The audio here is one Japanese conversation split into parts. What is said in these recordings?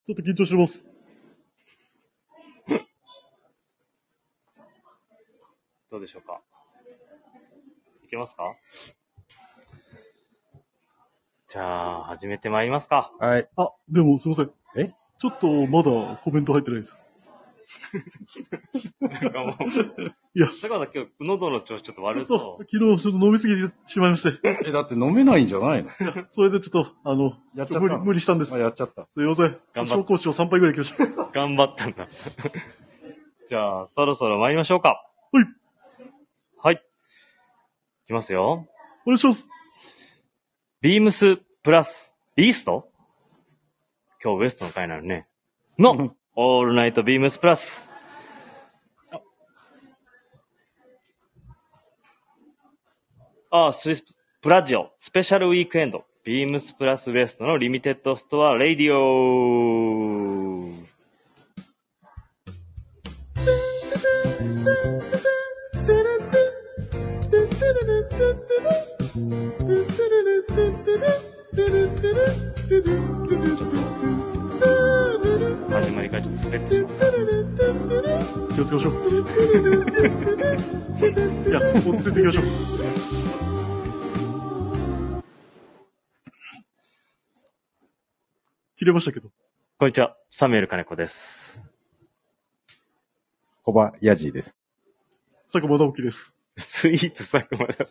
ちょっと緊張してます。 どうでしょうか。いけますか？じゃあ、始めてまいりますか。 はい。 あ、でもすいません。 え？ ちょっとまだコメント入ってないです。 なんかもう、 いや、 だから今日喉の調子ちょっと悪そう。 昨日ちょっと飲みすぎてしまいまして。 だって飲めないんじゃないの？ それでちょっと、 やっちゃった無理したんです。 やっちゃった。 すいません。紹興酒を3杯ぐらい行きました。 頑張ったんだ。じゃあ、そろそろ参りましょうか。 はい。 はい。いきますよ。 お願いします。 ビームスプラスイースト？今日ウエストの回なのね。のオールナイトビームスプラス。スイスプラジオスペシャルウィークエンドビームスプラスウエストのリミテッドストアレディオ。始まりからちょっと滑ってしまった。 気をつけましょう。いや、落ち着いていきましょう。切れましたけど。 こんにちは、サミュエル金子です。 コバヤジーです。 佐久間直樹です。 スイーツ佐久間だ。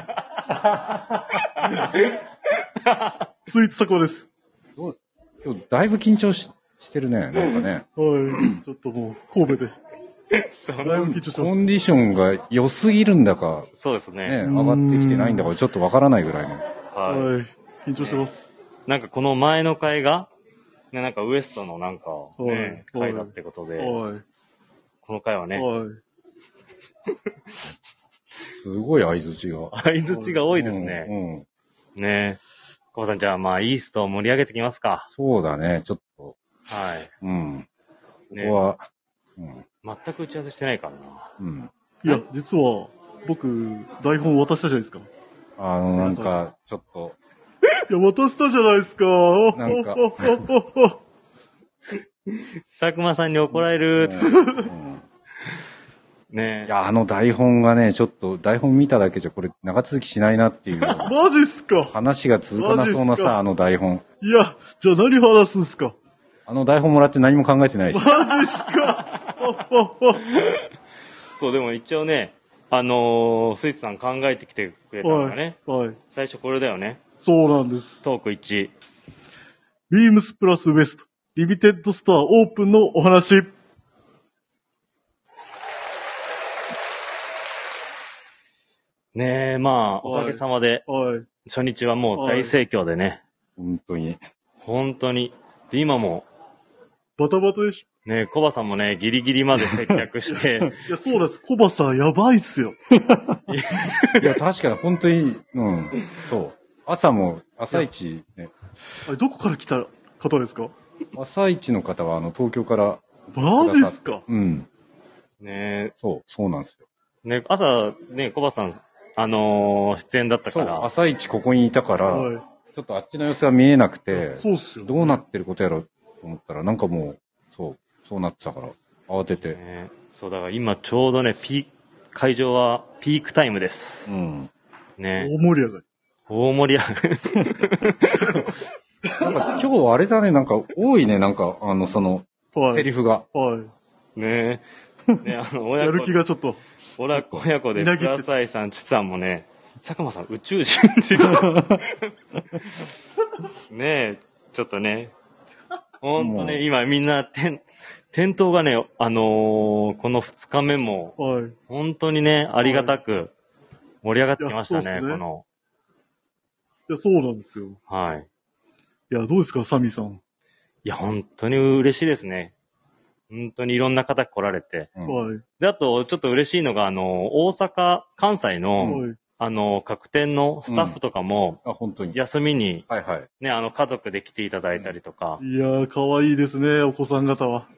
スイーツ佐久間です。 今日だいぶ緊張してるね、なんかね。 はい。ちょっともう、神戸で。だいぶ緊張してます。 コンディションが良すぎるんだか、 そうですね。 上がってきてないんだか、ちょっとわからないぐらいの。 はい。緊張してます。 なんかこの前の回が、ね、なんかウエストのなんか、ね、回だってことで、この回はね、 すごい相槌が。 相槌が多いですね。ね。コバさん、じゃあまあ、イーストを盛り上げてきますか。 そうだね、ちょっと。 はい。 ここは、 全く打ち合わせしてないからな。 いや、実は、僕、台本渡したじゃないですか。 なんか、ちょっと。 いや、渡したじゃないですか。なんか。 佐久間さんに怒られる。ねえ。いや、台本がね、ちょっと、台本見ただけじゃこれ長続きしないなっていう。 マジっすか？ 話が続かなそうなさ、台本。 いや、じゃあ何話すんすか？ 台本もらって何も考えてないし。 マジっすか？ そう、でも一応ね、スイーツさん考えてきてくれたのがね。はい。最初これだよね。 そうなんです。 トーク1。 ビームスプラスウエスト、リミテッドストアオープンのお話。 ねえ、まあ、おかげさまで、初日はもう大盛況でね。 本当に。 本当に。で、今も、 バタバタでしょ。 ねえ、コバさんもね、ギリギリまで接客して。 いや、そうです。コバさん、やばいっすよ。 いや、確かに、本当に、そう。朝も、朝一ね。 どこから来た方ですか？ 朝一の方は、東京から。 マジっすか？ ねえ。 そうなんですよ。 ね、朝、ね、コバさん、出演だったから。 そう、朝一ここにいたから、ちょっとあっちの様子が見えなくて、 そうっすよ。 どうなってることやろうと思ったら、なんかもう、そうなってたから、慌てて。 そう、だから今ちょうどね、会場はピークタイムです。ね。 大盛り上がり。 大盛り上がり。 なんか今日あれだね、なんか多いね、なんか、セリフが。 ねやる気がちょっと。 親子で、プラサイさん、チさんもね、佐久間さん宇宙人ってねえ、ちょっとね、ほんとね、今みんな、店頭がね、この2日目も、本当にね、ありがたく盛り上がってきましたね、この。 いや、そうなんですよ。 はい。 いや、どうですか、サミーさん。 いや、本当に嬉しいですね。本当にいろんな方来られて。で、あと、ちょっと嬉しいのが、大阪、関西の、各店のスタッフとかも、休みに、ね、家族で来ていただいたりとか。 いやー、可愛いですね、お子さん方は。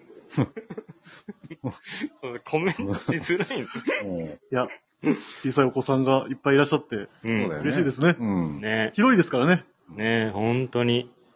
コメントしづらいいや、小さいお子さんがいっぱいいらっしゃって、嬉しいですね。 ね。 広いですからね。 ね、本当に。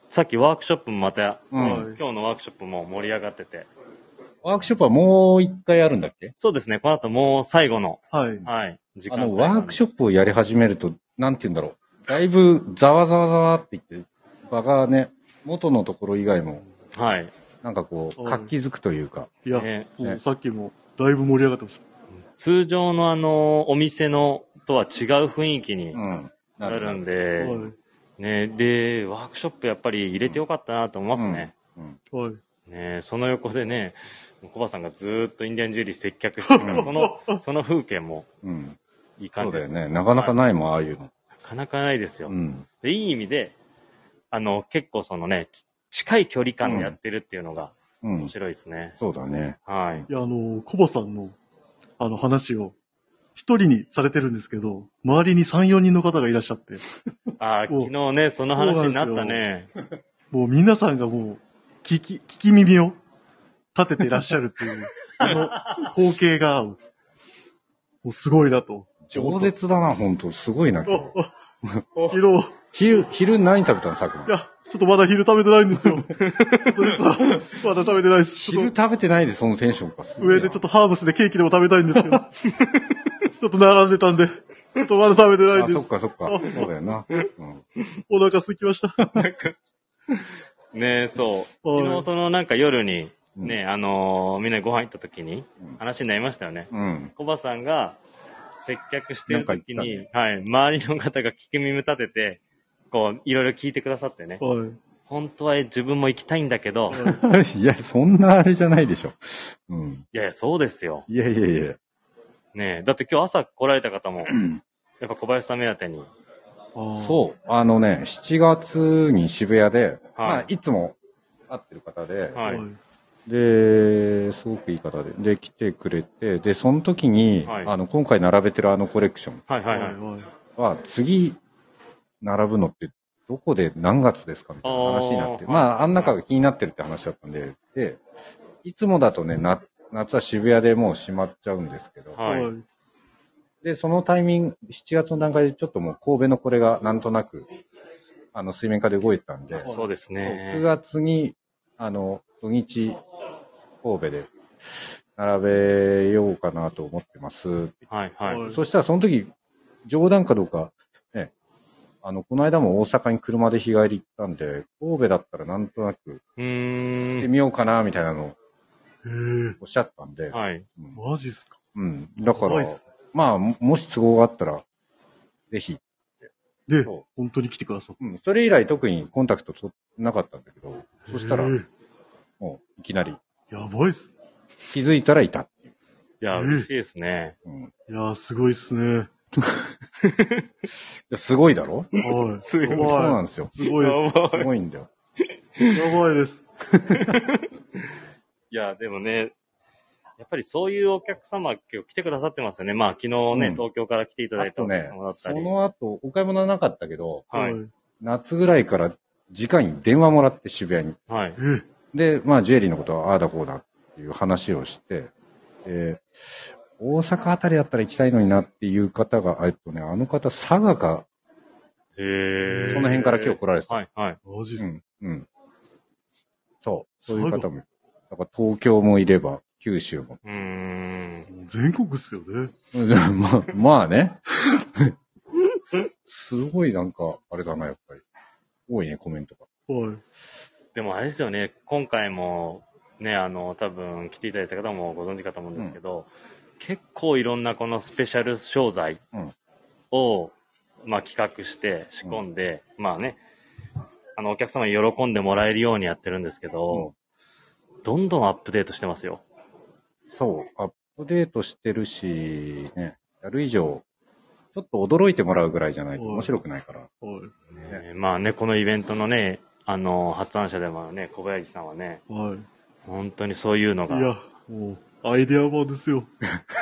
さっきワークショップもまた、 うん今日のワークショップも盛り上がってて。 ワークショップはもう一回あるんだっけ？ そうですね。この後もう最後の、 はい。 時間帯ワークショップをやり始めると、なんて言うんだろう。だいぶざわざわざわって言って、場がね、元のところ以外も、 はい。 なんかこう、活気づくというか。 いや、 ねもうさっきもだいぶ盛り上がってました。 通常のお店のとは違う雰囲気にうん。 なるんで、 はい。 ね、で、ワークショップやっぱり入れてよかったなと思いますね。 うん。 はい。 ね、その横でね、コバさんがずーっとインディアンジュエリー接客してるから、その風景もうん。 いい感じです。 そうだよね。なかなかないもん、ああいうの。 なかなかないですよ。 うん。 でいい意味で、結構近い距離感でやってるっていうのがうん面。白いですね。 そうだね。 はい。 いや、コバさんの、話を、一人にされてるんですけど、周りに3、4人の方がいらっしゃって、 昨日ね、その話になったね。 もう皆さんがもう、聞き耳を立てていらっしゃるっていう、この光景が、もうすごいなと。 饒舌だな、ほんと。すごいな、今日。昼何食べたの、佐久間。 いや、ちょっとまだ昼食べてないんですよ。ちょっと実は、まだ食べてないです。 昼食べてないでそのテンションか。 上でちょっとハーブスでケーキでも食べたいんですけど。ちょっと並んでたんで、ちょっとまだ食べてないんです。 そっかそっか。そうだよな。うん、 お腹空きました。 ねそう。昨日夜に、ね、みんなでご飯行った時に話になりましたよね。 うん。 コバさんが接客してる時に、はい、周りの方が聞き耳立てて、こう、いろいろ聞いてくださってね。 はい。 本当は自分も行きたいんだけど。 いや、そんなあれじゃないでしょ。うん。 いやいや、そうですよ。 いやいやいや。 ねだって今日朝来られた方も、やっぱ小林さん目当てに。 そう。7月に渋谷で、いつも会ってる方で、 はい。 で、すごくいい方で、来てくれて、で、その時に、今回並べてるコレクションは、次、並ぶのってどこで何月ですかみたいな話になって、あん中が気になってるって話だったんで、いつもだとね、夏は渋谷でもう閉まっちゃうんですけど、で、そのタイミング、7月の段階でちょっともう神戸のこれがなんとなく、水面下で動いてたんで、 そうですね。 9月に、土日、神戸で並べようかなと思ってます。 はいはい。 そしたらその時、冗談かどうか、ね、この間も大阪に車で日帰り行ったんで、神戸だったらなんとなく、行ってみようかな、みたいなのを、おっしゃったんで。 はい。マジっすか？ うん。だから、もし都合があったら、ぜひ。 で、本当に来てくださった。 うん。それ以来特にコンタクト取ってなかったんだけど、そしたら、もういきなり。 やばいっす。 気づいたらいたっていう。 いや、嬉しいですね。 いや、すごいっすね。 すごいだろ？ はい。 すごい。そうなんですよ。 すごいです。 すごいんだよ。 やばいです。 いや、でもね、やっぱりそういうお客様今日来てくださってますよね。昨日ね、東京から来ていただいたお客様だったり。 その後、お買い物はなかったけど、 はい。 夏ぐらいから直に電話もらって渋谷に。 はい。 で、ジュエリーのことはああだこうだっていう話をして、大阪あたりだったら行きたいのになっていう方が、あの方、佐賀か、その辺から今日来られてた。 はいはい。 マジっす。 うん。そういう方もいる。だから東京もいれば、九州も。 全国っすよね。 まあね。すごいなんか、あれだな、やっぱり。多いね、コメントが。 はい。 でもあれですよね、今回も、ね、多分来ていただいた方もご存知かと思うんですけど、結構いろんなこのスペシャル商材を、企画して仕込んで、お客様に喜んでもらえるようにやってるんですけど、どんどんアップデートしてますよ。 そう、アップデートしてるし、ね、やる以上、ちょっと驚いてもらうぐらいじゃないと面白くないから。 このイベントのね、発案者でもね、小林さんはね、本当にそういうのが。 いや、もう、アイデアマンですよ。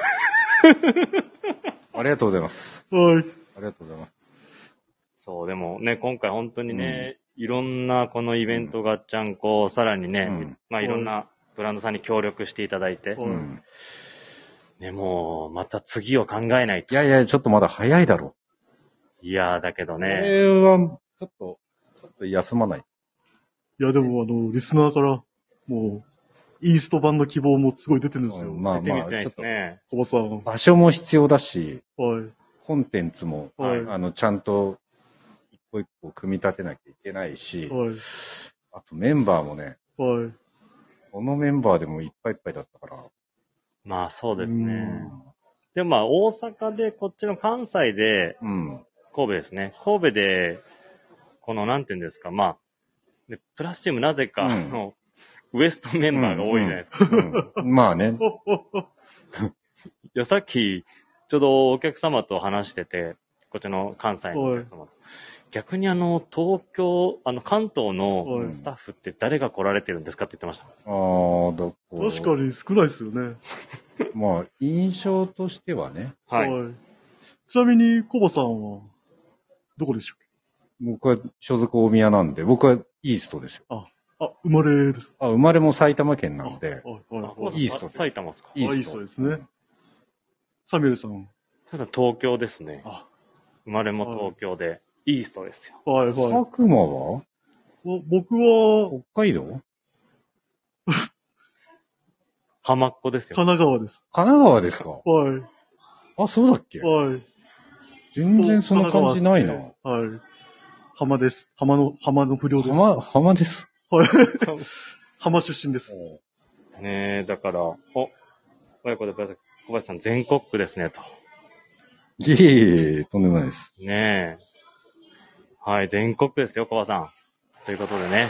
ありがとうございます。 はい。 ありがとうございます。 そう、でもね、今回本当にね、いろんなこのイベントガッチャンコ、さらにね、いろんなブランドさんに協力していただいて、ね、もう、また次を考えないと。 いやいや、ちょっとまだ早いだろう。いやだけどね。 これは、ちょっと休まない。 いや、でもリスナーから、もう、イースト版の希望もすごい出てるんですよ。 まあまあ、出てみたいですね。 小松さん。 場所も必要だし、 はい。 コンテンツも、はい、ちゃんと、一個一個組み立てなきゃいけないし、はい。あとメンバーもね、はい。このメンバーでもいっぱいいっぱいだったから。 まあそうですね。でもまあ大阪で、こっちの関西で、神戸ですね。神戸で、このなんていうんですか、まあ、でプラスチームなぜか、ウエストメンバーが多いじゃないですか。 まあね。 いや、さっき、ちょうどお客様と話してて、こっちの関西のお客様と。逆に東京、関東のスタッフって誰が来られてるんですかって言ってました。 確かに少ないですよね。 まあ、印象としてはね。 はい。ちなみに、コバさんは、どこでしょうか？ 僕は所属大宮なんで、僕はイーストですよ。 生まれです。 生まれも埼玉県なんで、イーストです。 埼玉ですか？ イーストですね。サミュエルさん。 東京ですね。生まれも東京で、イーストですよ。 はいはい。 佐久間は？ 僕は、 北海道？ 浜っ子ですよ。 神奈川です。 神奈川ですか？ はい。 あ、そうだっけ？ はい。 全然そんな感じないな。 はい。浜です。浜の不良です。 浜です。 はい。浜出身です。 ねえ、だから、親子で小林さん全国区ですね、と。 いえ、とんでもないです。 ねえ。はい、全国区ですよ、小林さん。ということでね。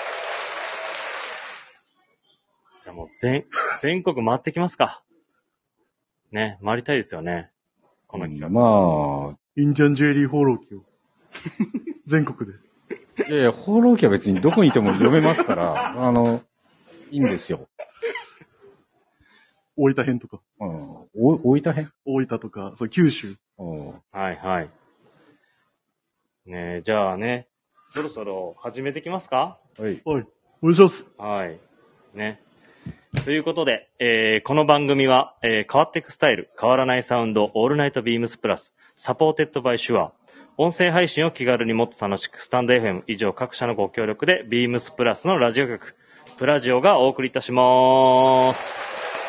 じゃあもう全国回ってきますか。ね、回りたいですよね。この企画。 まあ。 インディアンジュエリー放浪記を。全国で。 いやいや、放浪記は別にどこにいても読めますから、いいんですよ。 大分編とか。 大分編？ 大分とか、そう九州。 はいはい。ねえ、じゃあね、そろそろ始めてきますか？ はい。はい。お願いします。 はい。ね。ということで、この番組は、変わっていくスタイル、変わらないサウンド、オールナイトビームスプラス、サポーテッドバイシュア、音声配信を気軽にもっと楽しく、スタンド FM 以上各社のご協力で、ビームスプラスのラジオ局、プラジオがお送りいたします。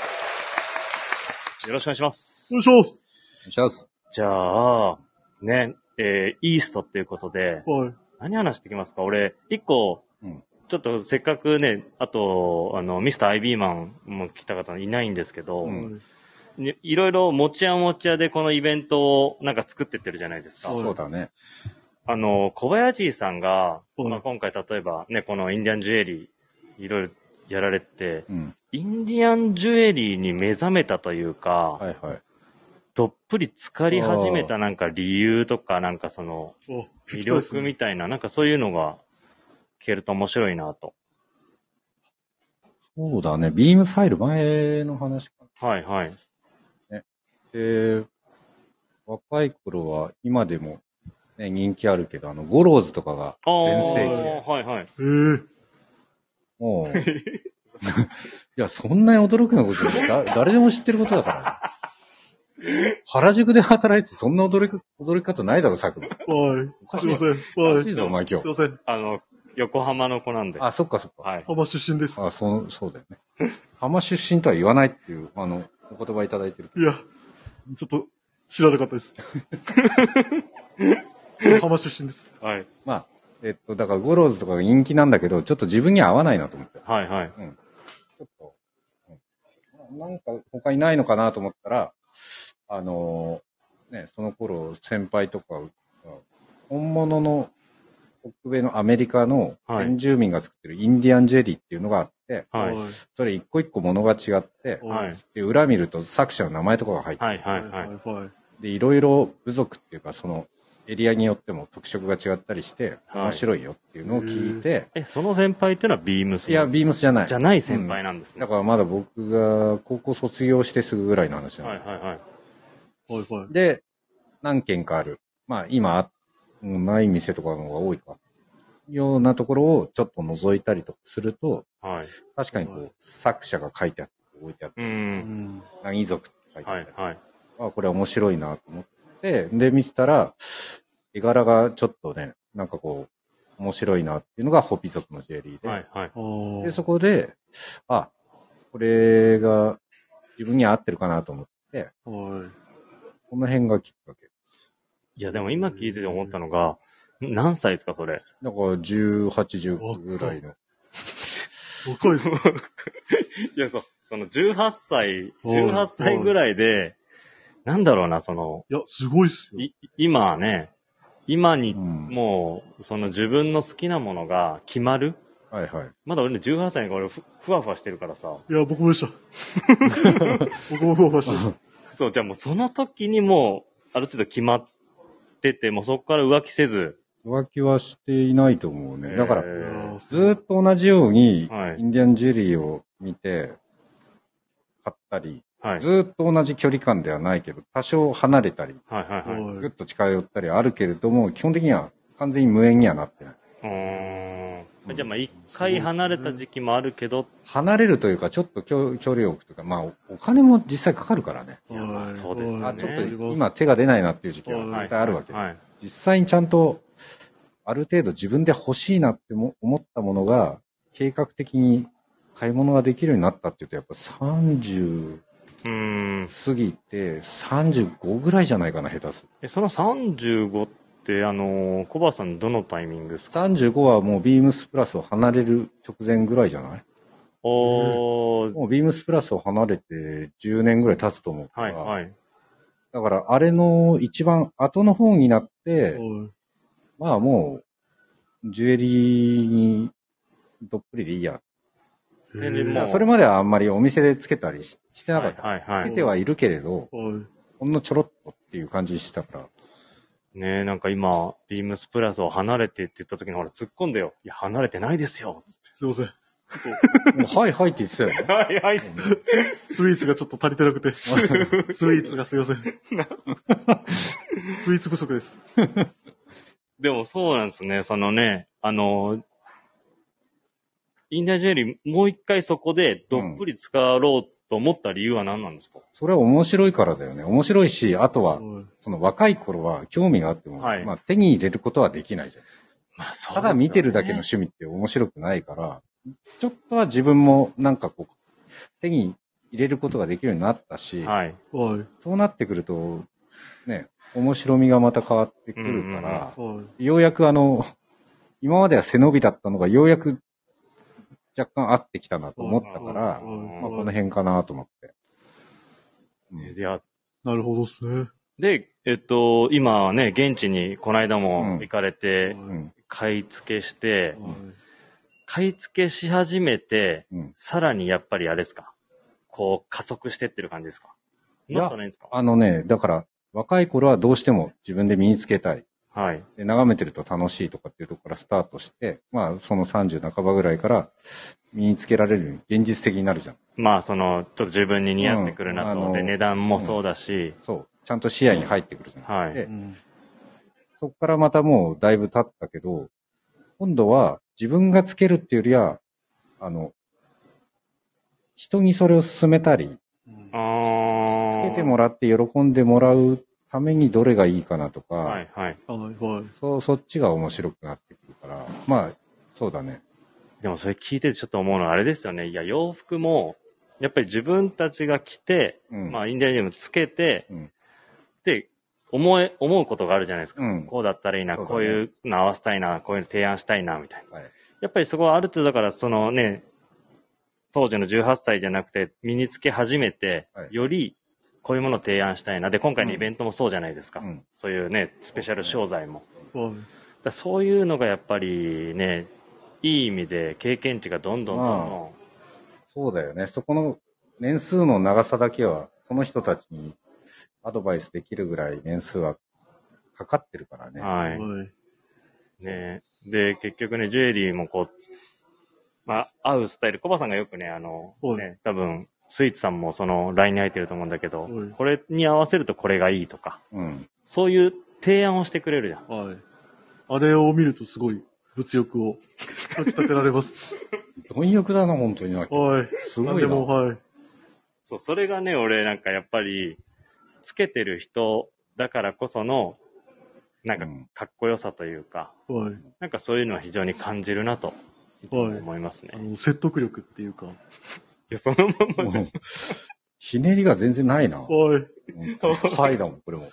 よろしくお願いします。 お願いします。 お願いします。 じゃあ、ね、イーストっていうことで、はい、何話してきますか？俺、一個、ちょっとせっかくね、あと、ミスター IB マンも来た方いないんですけど、いろいろ持ち屋でこのイベントをなんか作ってってるじゃないですか。 そうだね。 小林さんが、まあ、今回例えばね、このインディアンジュエリー、いろいろやられて、インディアンジュエリーに目覚めたというか、どっぷり浸かり始めたなんか理由とか、なんかその、魅力みたいな、なんかそういうのが、聞けると面白いなと。 そうだね。ビームス入る前の話かな。はいはい。 ね、若い頃は今でも、ね、人気あるけど、ゴローズとかが全盛期で。 はいはい。 もう、いや、そんなに驚くようなことじゃ誰でも知ってることだから、ね。原宿で働いてそんな驚き方ないだろ、佐久間。 はい。すいません。 おかしいぞ、お前今日。 すいません。 横浜の子なんで。 あ、そっかそっか。 はい。 浜出身です。 そうだよね。浜出身とは言わないっていう、お言葉いただいてる。 いや、ちょっと、知らなかったです。浜出身です。 はい。 まあ、だからゴローズとかが人気なんだけど、ちょっと自分には合わないなと思って。 はいはい。 ちょっと、なんか他にないのかなと思ったら、ね、その頃先輩とか、本物の北米のアメリカの先住民が作ってるインディアンジェリーっていうのがあって、 はい、 それ一個一個物が違って、はい、で裏見ると作者の名前とかが入ってる。 はいはいはい。 で、いろいろ部族っていうかそのエリアによっても特色が違ったりして、面白いよっていうのを聞いて。 その先輩っていうのはビームス？ いや、ビームスじゃない。 じゃない先輩なんですね。 だからまだ僕が高校卒業してすぐぐらいの話なんで。 はいはいはい。 で、何軒かある。まあ今、ない店とかの方が多いか。ようなところをちょっと覗いたりとかすると、 はい、 確かにこう、作者が書いてあって置いてあって、何族って書いてあって、 はいはい、 これ面白いなと思って、で見てたら、絵柄がちょっとね、なんかこう、 面白いなっていうのがホピ族のジュエリーで、 はいはい。 で、そこで、これが自分に合ってるかなと思って、この辺がきっかけ。 いや、でも今聞いてて思ったのが、何歳ですか、それ。 だから18、19ぐらいの。 若いです。 いや、その18歳ぐらいで、なんだろうな、 いや、すごいっすよ。 今に、もう、その自分の好きなものが決まる。 はいはい。 まだ俺18歳に俺ふわふわしてるからさ。 いや、僕もでした。僕もふわふわしてる。 そう、じゃあもうその時にもう、ある程度決まってて、もうそこから浮気せず。 浮気はしていないと思うね。だから、ずっと同じように、インディアンジュエリーを見て、買ったり、ずっと同じ距離感ではないけど、多少離れたり、ぐっと近寄ったりあるけれども、基本的には完全に無縁にはなってない。 じゃあまあ一回離れた時期もあるけど、 離れるというか、ちょっと距離を置くというか、まあお金も実際かかるからね。 いやまあそうですね。 ちょっと今手が出ないなっていう時期は絶対あるわけで。実際にちゃんと、ある程度自分で欲しいなって思ったものが、計画的に買い物ができるようになったっていうと、やっぱ30過ぎて35ぐらいじゃないかな、下手する。 その35って、コバさんどのタイミングですか？ 35 はもうビームスプラスを離れる直前ぐらいじゃない？もうビームスプラスを離れて10年ぐらい経つと思うから。だからあれの一番後の方になって、まあもう、ジュエリーにどっぷりでいいや。それまではあんまりお店でつけたりしてなかった。つけてはいるけれど、ほんのちょろっとっていう感じにしてたから。 ねえ、なんか今、ビームスプラスを離れてって言った時にほら突っ込んでよ。いや、離れてないですよ。つって。 すいません。 はいはいって言ってたよね。 はいはい。 スイーツがちょっと足りてなくて。スイーツがすいません。スイーツ不足です。 でもそうなんですね。そのね、インディアンジュエリー、もう一回そこでどっぷり使ろうと思った理由は何なんですか？ それは面白いからだよね。面白いし、あとは、その若い頃は興味があっても、まあ手に入れることはできないじゃん。 まあそうですね。 ただ見てるだけの趣味って面白くないから、ちょっとは自分もなんかこう、手に入れることができるようになったし、そうなってくると、ね、面白みがまた変わってくるから、ようやく今までは背伸びだったのがようやく若干合ってきたなと思ったから、まあこの辺かなと思って。 いや、 なるほどですね。 で、今はね、現地にこの間も行かれて、買い付けして、買い付けし始めて、さらにやっぱりあれですか、こう加速してってる感じですか？ いや、だから若い頃はどうしても自分で身につけたい。で眺めてると楽しいとかっていうところからスタートして、まあその30半ばぐらいから身につけられるように現実的になるじゃん。 まあちょっと自分に似合ってくるなと。で、値段もそうだし。 そう。ちゃんと視野に入ってくるじゃん。で、そこからまたもうだいぶ経ったけど、今度は自分がつけるっていうよりは、人にそれを勧めたり、つけてもらって喜んでもらうためにどれがいいかなとか、そっちが面白くなってくるから、まあ、そうだね。 でもそれ聞いてちょっと思うのはあれですよね。いや、洋服も、やっぱり自分たちが着て、まあ、インディアンジュエリーもつけて、で、思うことがあるじゃないですか。こうだったらいいな、こういうの合わせたいな、こういうの提案したいな、みたいな。やっぱりそこはある程度だから、そのね、当時の18歳じゃなくて、身につけ始めて、より、こういうものを提案したいな。で、今回のイベントもそうじゃないですか。そういうね、スペシャル商材も。そういうのがやっぱりね、いい意味で経験値がどんどん。 そうだよね。そこの年数の長さだけは、この人たちにアドバイスできるぐらい年数はかかってるからね。 ね。で、結局ね、ジュエリーもこう、まあ、合うスタイル。コバさんがよくね、多分、スイーツさんもそのラインに入ってると思うんだけど、これに合わせるとこれがいいとか、そういう提案をしてくれるじゃん。 あれを見るとすごい物欲をかき立てられます。 貪欲だな、本当に。すごいな。 そう、それがね、俺なんかやっぱり、つけてる人だからこその、 なんかかっこよさというか、なんかそういうのは非常に感じるなと、いつも思いますね。 説得力っていうか。いや、そのままじゃん。 ひねりが全然ないな。はいだもん、これも。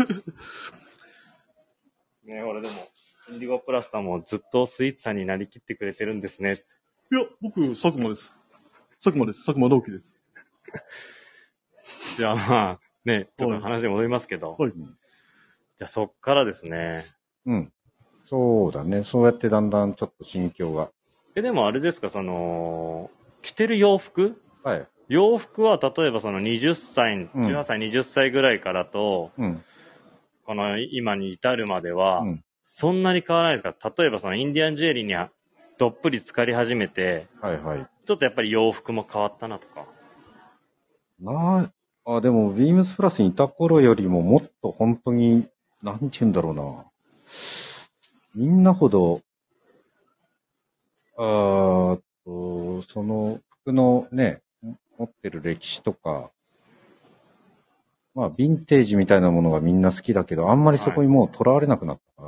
ね、俺でも、インディゴプラスさんもずっとスイーツさんになりきってくれてるんですね。 いや、僕、佐久間です。佐久間直樹です。 じゃあまあ、ね、ちょっと話に戻りますけど。じゃあそっからですね。 そうだね。そうやってだんだんちょっと心境が。 でもあれですか、着てる洋服洋服は例えばその20歳、18歳、20歳ぐらいからと、この今に至るまでは、そんなに変わらないですか？例えばそのインディアンジュエリーにどっぷり浸かり始めて、ちょっとやっぱり洋服も変わったなとか。 でも、ビームスプラスにいた頃よりももっと本当に、なんて言うんだろうな。みんなほど、その服のね、持ってる歴史とか、まあ、ヴィンテージみたいなものがみんな好きだけど、あんまりそこにもう囚われなくなったから、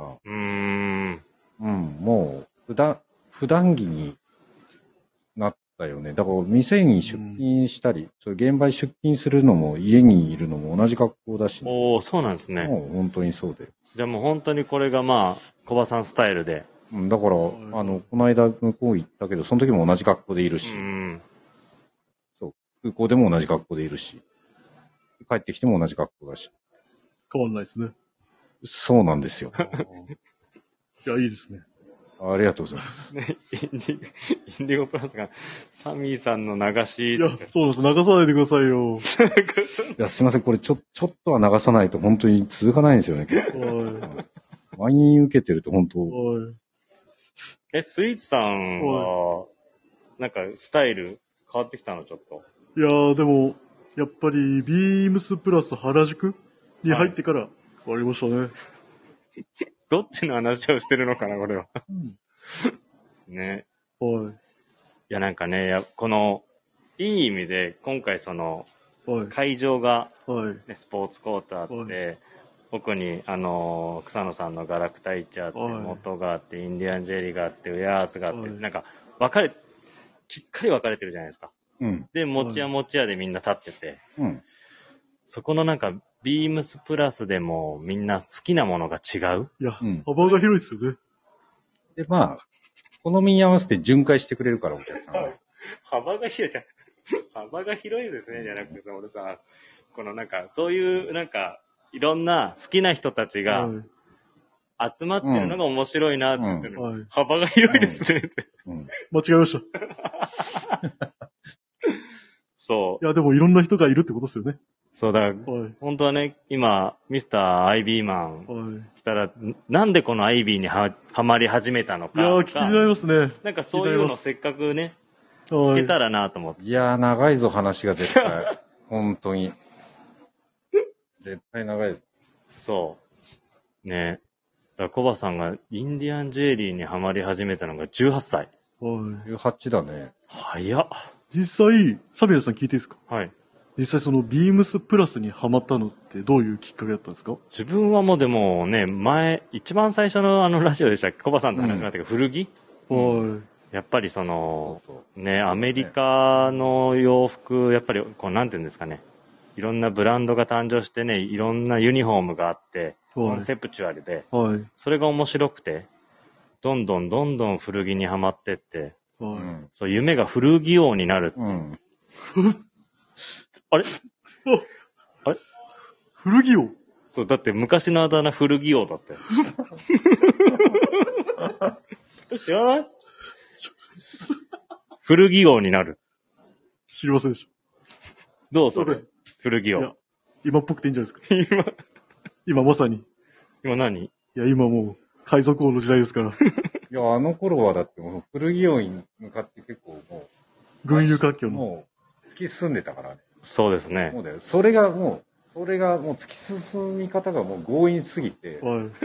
もう、普段着になったよね。だから店に出勤したり、そういう現場に出勤するのも家にいるのも同じ格好だし、 おー、そうなんですね。 もう本当にそうで。 じゃあもう本当にこれがまあ、小葉さんスタイルで。 だから、この間向こう行ったけど、その時も同じ格好でいるし、そう、空港でも同じ格好でいるし、帰ってきても同じ格好だし。 変わんないですね。 そうなんですよ。 いや、いいですね。 ありがとうございます。 インディゴプラスが、サミーさんの流し。 いや、そうです。流さないでくださいよ。 いや、すいません。これちょっとは流さないと本当に続かないんですよね。満員受けてると本当。 スイーツさんは、なんかスタイル変わってきたのちょっと。 いやー、でも、やっぱり、ビームスプラス原宿に入ってから変わりましたね。 どっちの話をしてるのかな、これは。ね。いや、なんかね、この、いい意味で、今回その、会場が、スポーツコートあって、奥に、草野さんのガラクタ市あって、元があって、インディアンジェリーがあって、ウェアーズがあって、なんか、きっかり分かれてるじゃないですか。で、持ち屋でみんな立ってて、そこのなんか、ビームスプラスでもみんな好きなものが違う。 いや、幅が広いですよね。 で、まあ、好みに合わせて巡回してくれるから、お客さんは。 幅が広いじゃん。幅が広いですね、じゃなくてさ、俺さ、このなんか、そういうなんか、いろんな好きな人たちが集まってるのが面白いなって言ってる。幅が広いですねって。 間違えました。そう。いや、でもいろんな人がいるってことですよね。 そうだ、本当はね、今、ミスターアイビーマン来たら、なんでこのアイビーにはまり始めたのか。 いやー、聞きになりますね。 なんかそういうのせっかくね、聞けたらなと思って。 いやー、長いぞ、話が絶対。本当に。絶対長いぞ。 そう。ね。だからコバさんがインディアンジュエリーにはまり始めたのが18歳。 18だね。 早っ。 実際、サビラさん聞いていいですか？ はい。 実際そのビームスプラスにハマったのってどういうきっかけだったんですか？ 自分はもうでもね、一番最初のラジオでしたっけ？コバさんと話しましたけど、古着？やっぱりその、ね、アメリカの洋服、やっぱりこう、なんていうんですかね。いろんなブランドが誕生してね、いろんなユニフォームがあって、コンセプチュアルで、それが面白くて、どんどん古着にはまってって、そう、夢が古着王になるっていう。あれあれ古着王？ そう、だって昔のあだ名古着王だったよ。知らない？古着王になる。 知りませんでした。 どうそれ？古着王。いや、 今っぽくていいんじゃないですか。今まさに。 今何？ いや、今もう、海賊王の時代ですから。いや、あの頃はだってもう古着王に向かって結構もう、群雄割拠の。 もう、突き進んでたからね。 そうですね。 もうだよ。それがもう突き進み方がもう強引すぎて、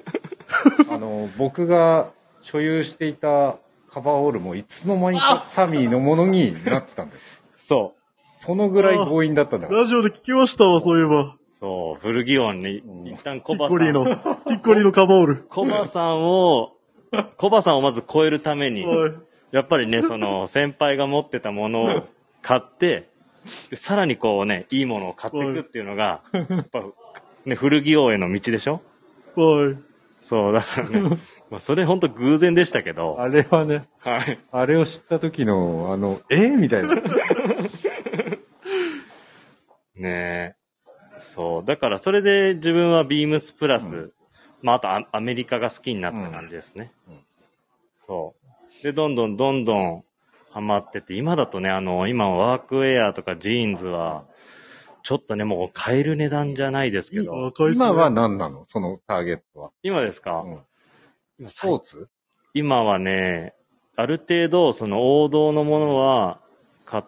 僕が所有していたカバーオールもいつの間にかサミーのものになってたんだよ。 そう。 そのぐらい強引だったんだから。 ラジオで聞きましたわ、そういえば。 そう、古着王に、一旦コバさん。 ヒッコリのカバール。 コバさんをまず超えるために、やっぱりね、その、先輩が持ってたものを買って、でさらにこうね、いいものを買っていくっていうのが、やっぱ、ね、古着王への道でしょ？ はい。 そう、だからね、まあ、それ本当偶然でしたけど。 あれはね、 はい。 あれを知った時の、みたいな。 ねえ。そう。だからそれで自分はビームスプラス、まああとアメリカが好きになった感じですね。そう。で、どんどんハマってて、今だとね、今ワークウェアとかジーンズは、ちょっとね、もう買える値段じゃないですけど。 今は何なのそのターゲットは。 今ですか、 スポーツ？ 今はね、ある程度、その王道のものは買って、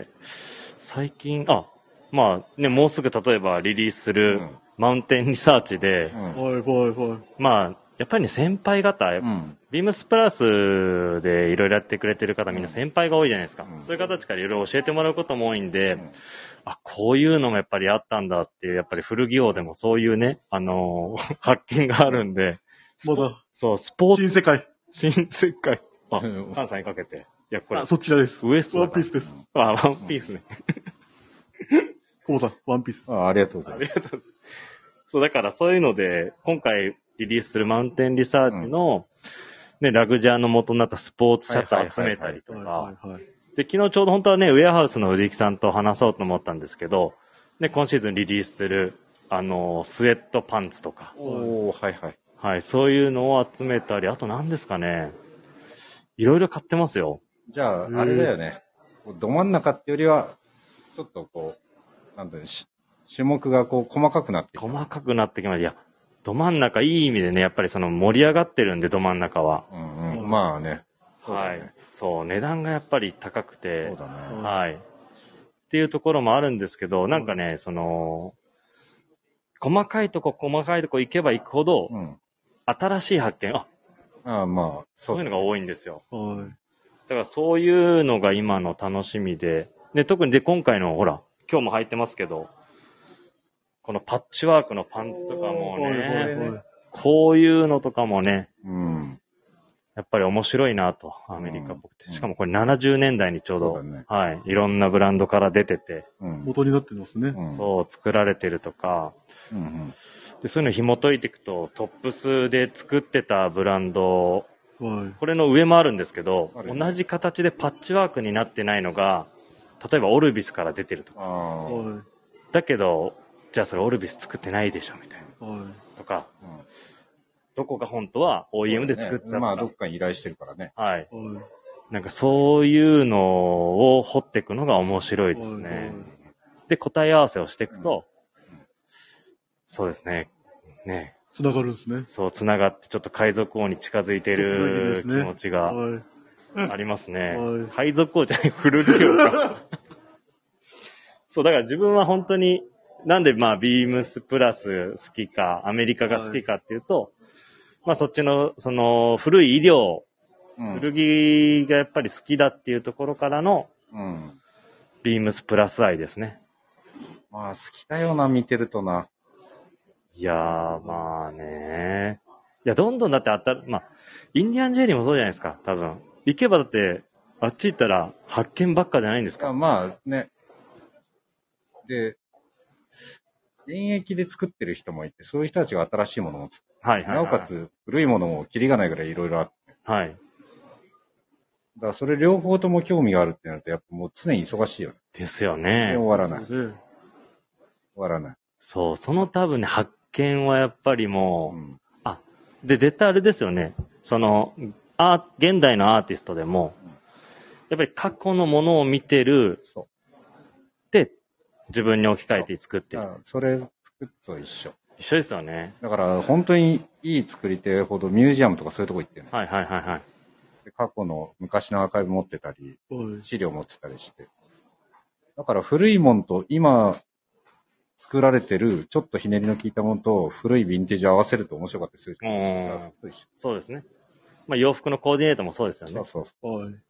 最近、まあね、もうすぐ例えばリリースするマウンテンリサーチで、まあ、やっぱりね、先輩方、ビームスプラスでいろいろやってくれてる方、みんな先輩が多いじゃないですか。そういう方たちからいろいろ教えてもらうことも多いんで、こういうのもやっぱりあったんだっていう、やっぱり古着王でもそういうね、発見があるんで、 まだ、 そう、スポーツ。 新世界。 関西にかけて。いや、これ。 そちらです。 ウエスト。 ワンピースです。 ワンピースね。 コモさん、ワンピースです。 ありがとうございます。 ありがとうございます。そう、だからそういうので、今回リリースするマウンテンリサーチの、ね、ラグジャーの元になったスポーツシャツ集めたりとか。で、昨日ちょうど本当はね、ウェアハウスの藤木さんと話そうと思ったんですけど、ね、今シーズンリリースする、スウェットパンツとか。はい、そういうのを集めたり、あと何ですかね。いろいろ買ってますよ。 じゃあ、あれだよね。ど真ん中ってよりは、ちょっとこう、なんだろう、種目がこう細かくなってきた。 細かくなってきました。いや、ど真ん中いい意味でね、やっぱりその盛り上がってるんで、ど真ん中は。 まあね。 はい。そう、値段がやっぱり高くて。 そうだね。 はい。っていうところもあるんですけど、なんかね、その、細かいとこ行けば行くほど、新しい発見、 まあ、 そういうのが多いんですよ。だからそういうのが今の楽しみで、で、特にで、今回の、ほら、今日も履いてますけど、このパッチワークのパンツとかもね、こういうのとかもね、やっぱり面白いなと、アメリカっぽくて。しかもこれ70年代にちょうど、はい、いろんなブランドから出てて、 元になってますね。 そう、作られてるとか、で、そういうの紐解いていくと、トップスで作ってたブランド、これの上もあるんですけど、同じ形でパッチワークになってないのが、例えばオルビスから出てるとか。だけど、じゃあそれオルビス作ってないでしょ、みたいな。とか、どこが本当は OEM で作ってたとか。 まあ、どっかに依頼してるからね。 はい。なんかそういうのを掘っていくのが面白いですね。で、答え合わせをしていくと、そうですね。ね。 つながるんですね。 そう、つながってちょっと海賊王に近づいてる気持ちがありますね。海賊王じゃない、古着王か。そう、だから自分は本当に、なんでまあ、ビームスプラス好きか、アメリカが好きかっていうと、まあそっちの、その、古い医療、古着がやっぱり好きだっていうところからの、ビームスプラス愛ですね。 まあ、好きだよな、見てるとな。 いやー、まあね。いや、どんどんだってまあ、インディアンジェリーもそうじゃないですか、多分。行けばだって、あっち行ったら発見ばっかじゃないんですか。 まあね。で、現役で作ってる人もいて、そういう人たちが新しいものを作って、なおかつ古いものもキリがないぐらいいろいろあって。 はい。 だからそれ両方とも興味があるってなると、やっぱもう常に忙しいよね。 ですよね。 終わらない。終わらない。 そう、その多分ね、発見はやっぱりもう、で、絶対あれですよね。その、現代のアーティストでも、やっぱり過去のものを見てる。で、自分に置き換えて作ってる。 それ、服と一緒。 一緒ですよね。 だから本当にいい作り手ほどミュージアムとかそういうとこ行ってる。 はい。 で過去の昔のアーカイブ持ってたり、資料持ってたりして。だから古いもんと今作られてるちょっとひねりの効いたものと古いヴィンテージを合わせると面白かったりする。 そうですね。まあ洋服のコーディネートもそうですよね。 そう。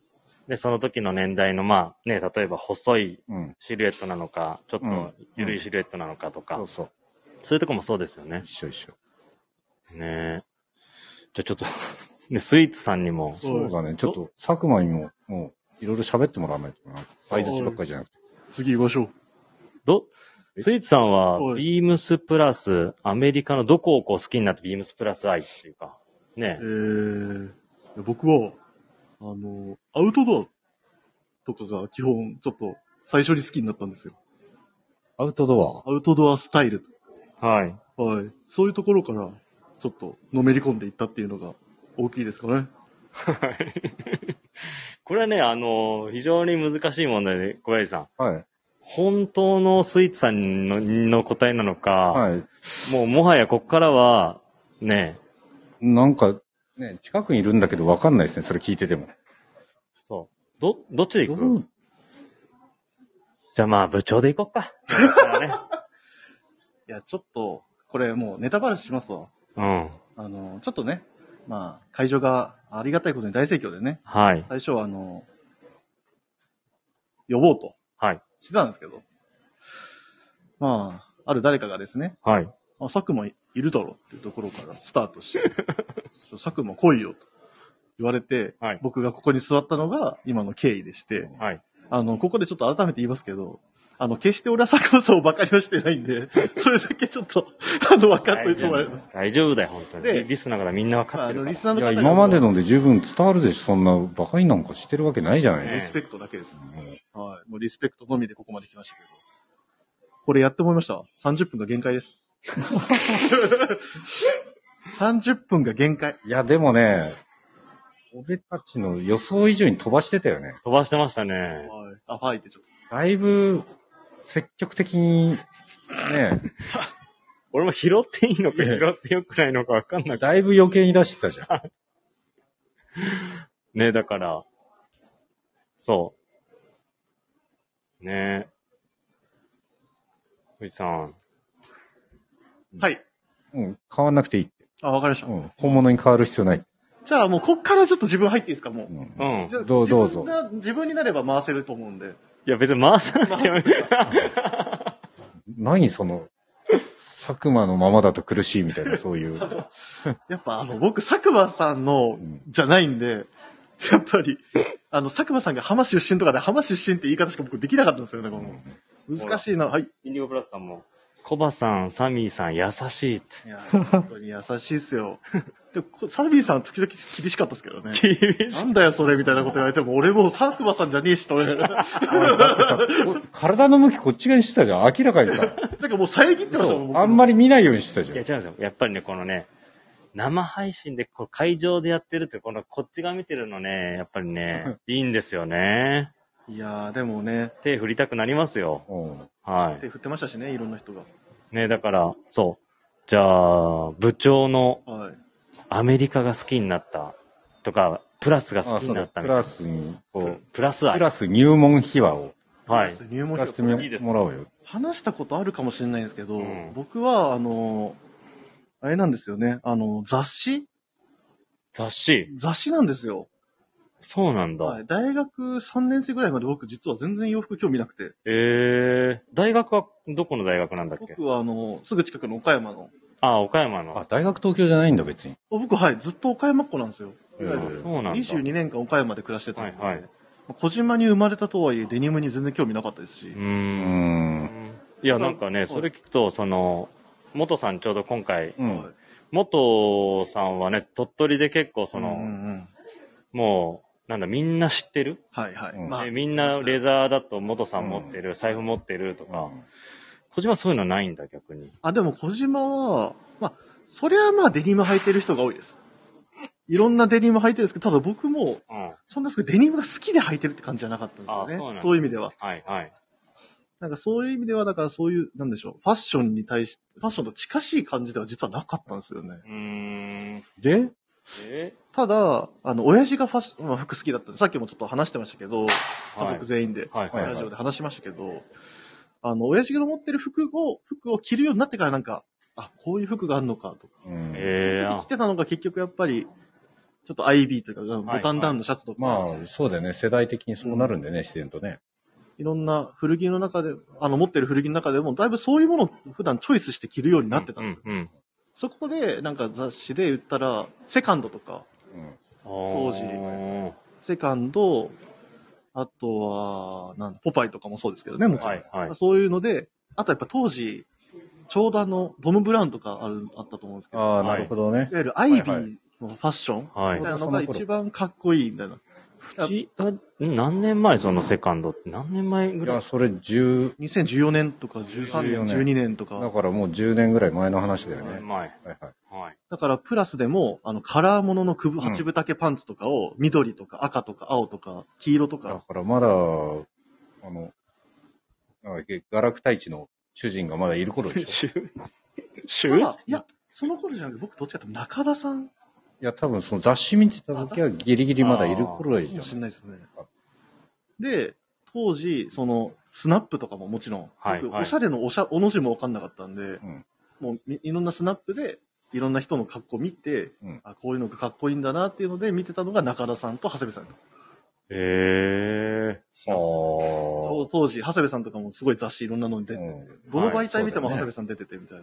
で、その時の年代の、まあ、ね、例えば細いシルエットなのか、ちょっと緩いシルエットなのかとか、そういうとこもそうですよね。 一緒一緒。 ねじゃあちょっとね、スイーツさんにも。 そうだね。ちょっと、佐久間にも、もう、いろいろ喋ってもらわないとな。相槌ばっかりじゃなくて。 次行きましょう。 スイーツさんは、ビームスプラス、アメリカのどこをこう好きになってビームスプラス愛っていうか、ね。 僕は、アウトドアとかが基本、ちょっと、最初に好きになったんですよ。 アウトドアスタイル。 はい。 はい。そういうところから、ちょっと、のめり込んでいったっていうのが、大きいですかね。 はい。これはね、非常に難しい問題で、小林さん。 はい。 本当のスイーツさんの答えなのか、 はい。 もはやこっからは、ね。 なんか、ね、近くにいるんだけど分かんないですね、それ聞いてても。 そう。どっちで行く？じゃあまあ、部長で行こっか。ね、 いや、ちょっと、これもうネタバレしますわ。 うん。 ちょっとね、まあ、会場がありがたいことに大盛況でね。 はい。 最初は呼ぼうと。 はい。 してたんですけど。まあ、ある誰かがですね。 はい。 佐久間いるだろうっていうところからスタートして、佐久間来いよと言われて、はい、僕がここに座ったのが今の経緯でして、 はい。 ここでちょっと改めて言いますけど、決して俺は佐久間さんを馬鹿にはしてないんで、それだけちょっと、分かっといてもらえると。 大丈夫だよ、本当に。で、リスナーからみんな分かってるから。リスナーの方が。 いや、今までので十分伝わるでしょ、そんな馬鹿になんかしてるわけないじゃないですか。 リスペクトだけです。はい。もうリスペクトのみでここまで来ましたけど。これやって思いました。30分が限界です。30分が限界。 いや、でもね、俺たちの予想以上に飛ばしてたよね。 飛ばしてましたね。 はい。はいってちょっと。 だいぶ、積極的に、ね。 俺も拾っていいのか拾ってよくないのか分かんない。 だいぶ余計に出してたじゃん。 ね、だから、そう。ね藤さん。 はい。 うん、変わんなくていいって。 あ、わかりました。 うん、本物に変わる必要ない。 じゃあもうこっからちょっと自分入っていいですか、もう。 うん。 どうぞ。 自分になれば回せると思うんで。 いや別に回さなくてもいい。 何その、佐久間のままだと苦しいみたいな、そういう。 やっぱ僕、佐久間さんの、じゃないんで、やっぱり、佐久間さんが浜出身とかで浜出身って言い方しか僕できなかったんですよね、この。難しいな、はい。 インディゴプラスさんも。コバさん、サミーさん、優しいって。 いや、本当に優しいっすよ。でサミーさん時々厳しかったですけどね。 厳しい。 なんだよそれみたいなこと言われても、俺もう佐久間さんじゃねえしと。 体の向きこっち側にしてたじゃん、明らかにさ。 なんかもう遮ってましたもん。あんまり見ないようにしてたじゃん。 いや違うんですよ。やっぱりね、このね、生配信でこう会場でやってるって、こっち側見てるのね、やっぱりね、いいんですよね。 いやー、でもね。 手振りたくなりますよ。はい。 手振ってましたしね、いろんな人が。 ね、だから、そう。じゃあ、部長の、アメリカが好きになったとか、プラスが好きになったみたいな。 プラスに、 プラス愛。 プラス入門秘話を。 はい。 入門秘話してもらおうよ。 話したことあるかもしれないんですけど、僕は、あれなんですよね。雑誌なんですよ。 そうなんだ。 はい。大学3年生ぐらいまで僕実は全然洋服興味なくて。 大学はどこの大学なんだっけ？ 僕はすぐ近くの岡山の。 あ、岡山の。 あ、大学東京じゃないんだ別に。 僕はい、ずっと岡山っ子なんですよ。 そうなんだ。 22年間岡山で暮らしてたんで。 はいはい。 小島に生まれたとはいえデニムに全然興味なかったですし。 いや、なんかね、それ聞くと、元さんちょうど今回、元さんはね、鳥取で結構もう、なんだ、みんな知ってる？ はいはい。 みんなレザーだと元さん持ってる、財布持ってるとか、小島そういうのないんだ、逆に。 でも小島は、そりゃデニム履いてる人が多いです。いろんなデニム履いてるんですけど、ただ僕も、そんなすごいデニムが好きで履いてるって感じじゃなかったんですよね。そういう意味では。 はいはい。 なんかそういう意味では、だからそういう、なんでしょう、ファッションに対して、ファッションと近しい感じでは実はなかったんですよね。 でただ、親父が服好きだったんで、さっきもちょっと話してましたけど、家族全員で、ラジオで話しましたけど、親父が持ってる服を着るようになってからなんか、こういう服があるのかとか。着てたのが結局やっぱり、 ちょっと IB というか、ボタンダウンのシャツとか。 まあ、そうだよね。世代的にそうなるんでね、自然とね。 いろんな古着の中で、持ってる古着の中でも、だいぶそういうものを普段チョイスして着るようになってたんですよ。そこで、なんか雑誌で言ったら、セカンドとか、当時、セカンド、あとは、ポパイとかもそうですけどね、もちろん。そういうので、あとやっぱ当時、ちょうどトム・ブラウンとかあったと思うんですけど。 ああ、なるほどね。 いわゆるアイビーのファッションみたいなのが一番かっこいいみたいな。 何年前そのセカンドって何年前ぐらい？ いや、それ 2014年とか13年、12年とか。 だからもう10年ぐらい前の話だよね。 前。 だからプラスでも、カラーものの八分丈パンツとかを緑とか赤とか青とか黄色とか。 だからまだ、ガラクタ市の主人がまだいる頃でしょ。 いや、その頃じゃなくて僕どっちかというと中田さん。 いや、多分その雑誌見てた時はギリギリまだいる頃じゃん。 かもしれないですね。で、当時、スナップとかももちろん、おしゃれのおの字もわかんなかったんで、もういろんなスナップで、いろんな人の格好見て、こういうのがかっこいいんだなっていうので見てたのが中田さんと長谷部さんです。当時、長谷部さんとかもすごい雑誌いろんなのに出てて、どの媒体見ても長谷部さん出ててみたいな。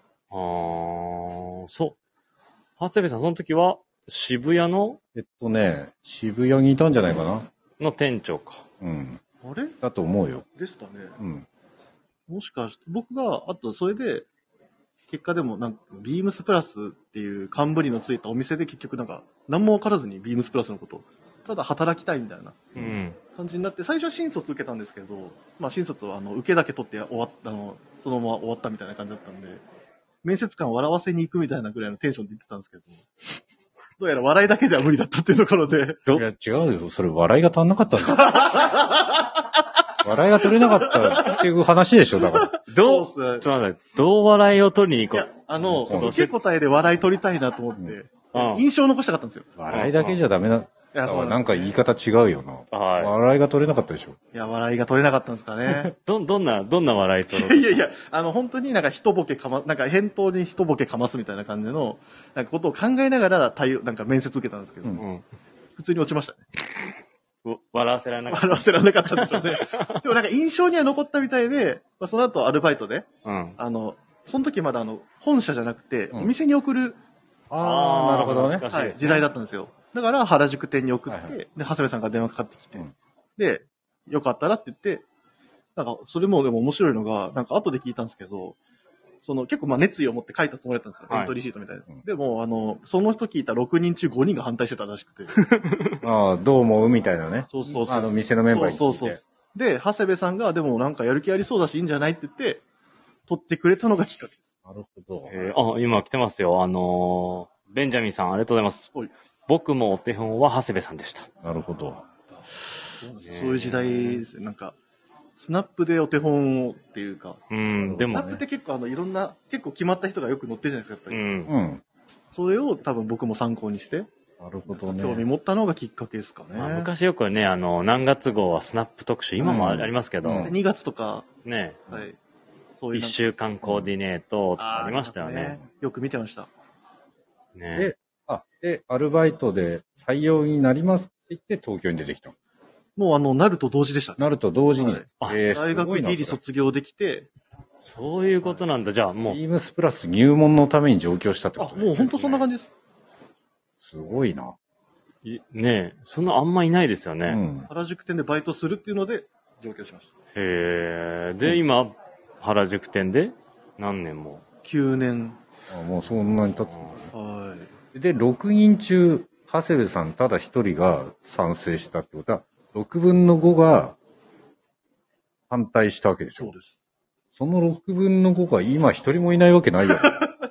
長谷部さん、その時は渋谷の渋谷にいたんじゃないかなの店長か。 あれだと思うよ。 でしたね。もしかして、僕が、あとそれで、結果でもビームスプラスっていう冠のついたお店で結局何も分からずにビームスプラスのこと、ただ働きたいみたいな感じになって、最初は新卒受けたんですけど、まあ新卒は受けだけ取って終わった、そのまま終わったみたいな感じだったんで、面接官を笑わせに行くみたいなぐらいのテンションで言ってたんですけど、どうやら笑いだけでは無理だったっていうところで。 いや、違うよ。それ笑いが足んなかったんだ。笑いが取れなかったっていう話でしょ、だから。 どう笑いを取りに行こう。 受け答えで笑い取りたいなと思って、印象を残したかったんですよ。 笑いだけじゃダメな。なんか言い方違うよな。笑いが取れなかったでしょ。 いや、笑いが取れなかったんですかね。 どんな笑い取ろう？ いや、本当に一ボケ返答に一ボケかますみたいな感じの、ことを考えながら面接受けたんですけど、普通に落ちましたね。 笑わせられなかった。 笑わせられなかったんでしょうね。でも印象には残ったみたいで、その後アルバイトで、その時まだ本社じゃなくて、お店に送る、 なるほどね。 はい、時代だったんですよ。だから原宿店に送って、で、長谷部さんから電話かかってきて、で、よかったらって言って、それもでも面白いのが、後で聞いたんですけど、結構熱意を持って書いたつもりだったんですよ。エントリーシートみたいです。でも、その人聞いた6人中5人が反対してたらしくて。 どう思うみたいなね。 そう。 店のメンバーに聞いて。 そう。で、長谷部さんが、でもやる気ありそうだしいいんじゃないって言って、取ってくれたのがきっかけです。 なるほど。今来てますよ。ベンジャミンさん、ありがとうございます。僕もお手本は長谷部さんでした。 なるほど。 そういう時代ですね。スナップでお手本をっていうか。 でも、スナップって結構いろんな、結構決まった人がよく載ってるじゃないですか、やっぱり。それを多分僕も参考にして。 なるほどね。 興味持ったのがきっかけですかね。 昔よくね、何月号はスナップ特集、今もありますけど。 2月とか。 ね。 はい。 そういう。1週間コーディネートとかありましたよね。 よく見てました。 ね。で、アルバイトで採用になりますって言って東京に出てきた。 もうなると同時でした。 なると同時に。 大学ギリ卒業できて。 そういうことなんだ。じゃあもう。 ビームスプラス入門のために上京したってこともう本当そんな感じです。 すごいな。 ねえ、そんなあんまいないですよね。 原宿店でバイトするっていうので上京しました。 で、今、原宿店で何年も。 9年。 もうそんなに経つんだね。 はい。 で、6人中、長谷部さんただ一人が賛成したってことは、6分の5が反対したわけでしょ。 そうです。 その6分の5が今一人もいないわけないよ。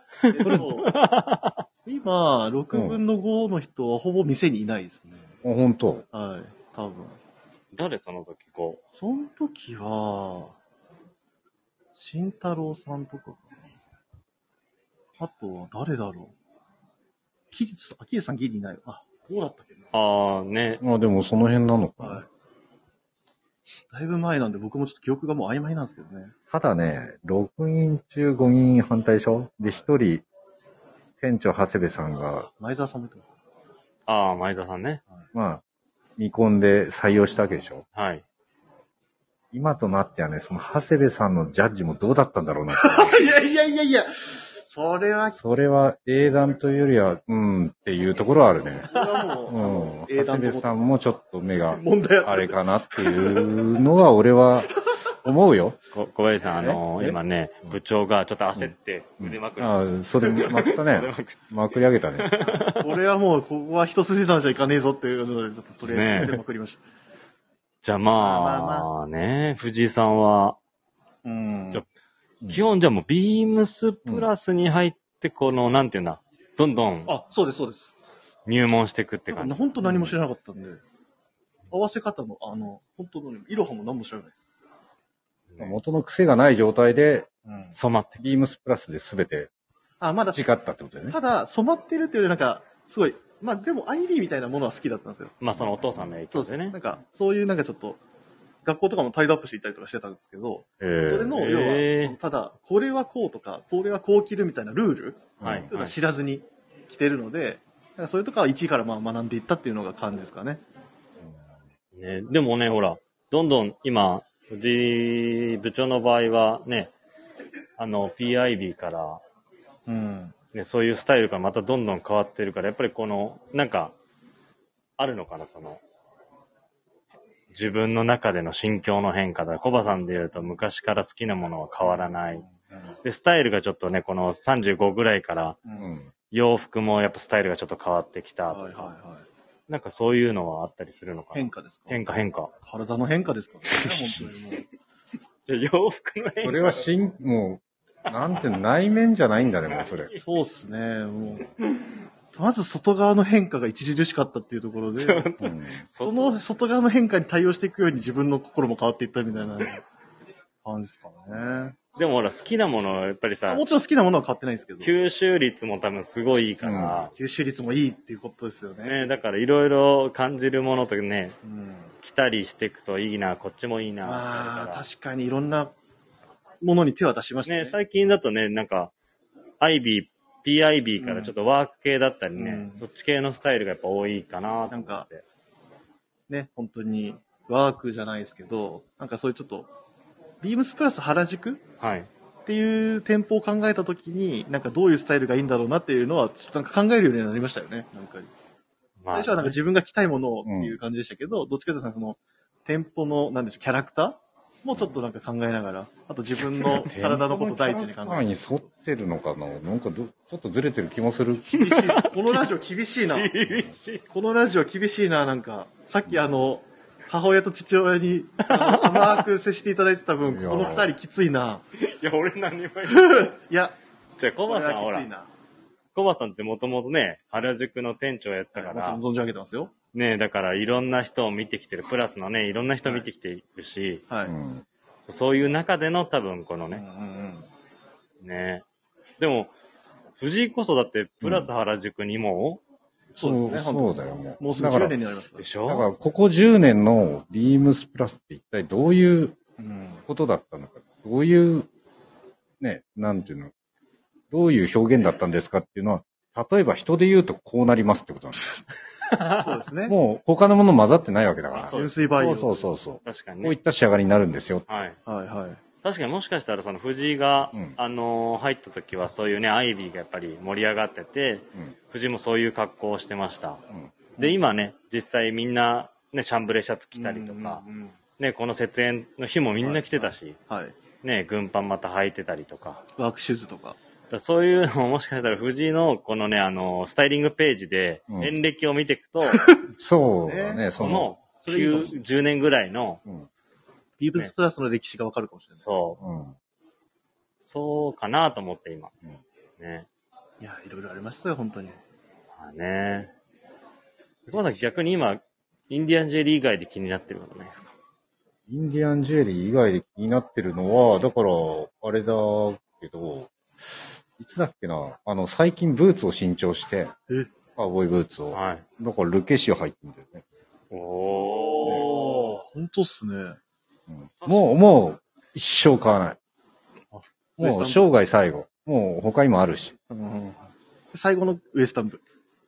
今、6分の5の人はほぼ店にいないですね。 本当？ はい、多分。 誰その時こう。 その時は、慎太郎さんとかかな。あとは誰だろう。キリさんギリいない。どうだったっけな。 ね。 でもその辺なのかな。 はい。だいぶ前なんで僕もちょっと記憶がもう曖昧なんですけどね。 ただね、6人中5人反対でしょ。で、1人、店長長谷部さんが。 前澤さんもいた。 ああ、前田さんね。 まあ、見込んで採用したわけでしょ。 はい。 今となってはね、その長谷部さんのジャッジもどうだったんだろうなって。 いやいやいやいや、それは英断というよりは、っていうところはあるね。長谷部さんもちょっと目があれかなっていうのが俺は思うよ。 小林さん、今ね、部長がちょっと焦って腕まくりしました。 ああ、それまたね、まくり上げたね。 俺はもう、ここは一筋縄じゃいかねえぞっていうので、ちょっととりあえず腕まくりました。 じゃあまあね、藤井さんは、基本じゃあもうビームスプラスに入って、この、なんていうんだ、どんどん。 あ、そうです、そうです。 入門していくって感じ。 本当何も知らなかったんで、合わせ方も、本当の、いろはも何も知らないです。 元の癖がない状態で、 染まって。 ビームスプラスで全て、まだ違ったってことだよね。 ただ、染まってるっていうよりなんか、すごい、まあでも IB みたいなものは好きだったんですよ。 まあそのお父さんの影響でね。そうです。 なんか、そういうなんかちょっと、学校とかもタイドアップしていったりとかしてたんですけど、それの、要は、ただ、これはこうとか、これはこう着るみたいなルールとか知らずに着てるので、なんかそれとかは1位からまあ学んでいったっていうのが感じですかね。 でもね、ほら、どんどん今、藤井部長の場合はね、PIB から、ね、そういうスタイルがまたどんどん変わってるから、やっぱりこの、なんか、あるのかな、その、自分の中での心境の変化だ。コバさんで言うと昔から好きなものは変わらない。で、スタイルがちょっとね、この35ぐらいから、洋服もやっぱスタイルがちょっと変わってきたとか。なんかそういうのはあったりするのかな。 変化ですか？ 変化。 体の変化ですかね、本当にもう。 洋服の変化。 それはもう、なんて内面じゃないんだね、もうそれ。 そうっすね、もう。まず外側の変化が著しかったっていうところで、その外側の変化に対応していくように自分の心も変わっていったみたいな感じですかね。 でもほら、好きなものはやっぱりさ、 もちろん好きなものは変わってないんですけど。 吸収率も多分すごいいいから。 吸収率もいいっていうことですよね。 だからいろいろ感じるものとね、来たりしていくといいな、こっちもいいな。 まあ、確かにいろんなものに手は出しましたね。 最近だとね、なんか、PIB からちょっとワーク系だったりね、そっち系のスタイルがやっぱ多いかなと思って。なんか、 ね、本当にワークじゃないですけど、なんかそういうちょっと、ビームスプラス原宿っていう店舗を考えたときに、なんかどういうスタイルがいいんだろうなっていうのは、ちょっとなんか考えるようになりましたよね。なんか最初はなんか自分が着たいものっていう感じでしたけど、どっちかというとその、店舗の、なんでしょう、キャラクターもうちょっとなんか考えながら、あと自分の体のこと第一に考えて。 に沿ってるのかな、なんかちょっとずれてる気もする。 厳しい。このラジオ厳しいな。このラジオ厳しいな、なんか。さっき母親と父親に甘く接していただいてた分、この二人きついな。 いや、俺何も言ういや、 じゃあコバさんほら、コバさんってもともとね、原宿の店長やったから。 もちろん存じ上げてますよ。 ね、だからいろんな人を見てきてる、プラスのね、いろんな人を見てきているし、そういう中での多分このね、ね。でも、藤井こそだってプラス原宿にも、 そうですね。そうだよ、 もうすぐ10年になりますでしょ？だからここ10年のビームスプラスって一体どういうことだったのか、どういう、ね、なんていうの、どういう表現だったんですかっていうのは、例えば人で言うとこうなりますってことなんです。 そうですね。 もう他のもの混ざってないわけだから。 純粋培養。 そう。 確かにこういった仕上がりになるんですよ。 はい。 はい。 確かにもしかしたらその藤井が、入った時はそういうね、アイビーがやっぱり盛り上がってて、藤井もそういう格好をしてました。で、今ね、実際みんな、ね、シャンブレシャツ着たりとか、ね、この設営の日もみんな着てたし、ね、軍パンまた履いてたりとか。 ワークシューズとか。 そういうのをもしかしたら藤井のこのね、スタイリングページで、遍歴を見ていくと、 そうだね、 その10年ぐらいの、 ビームスプラスの歴史がわかるかもしれない。 そうかなと思って今。ね。 いや、いろいろありましたよ、本当に。 まあね。小崎逆に今、インディアンジュエリー以外で気になってることないですか？ インディアンジュエリー以外で気になってるのは、だから、あれだけど、いつだっけな、最近ブーツを新調して、カーボーイブーツを。だからルケシオ入ってんだよね。 本当っすね。 もう、一生買わない。もう生涯最後。もう他にもあるし。 最後のウエスタンブーツ。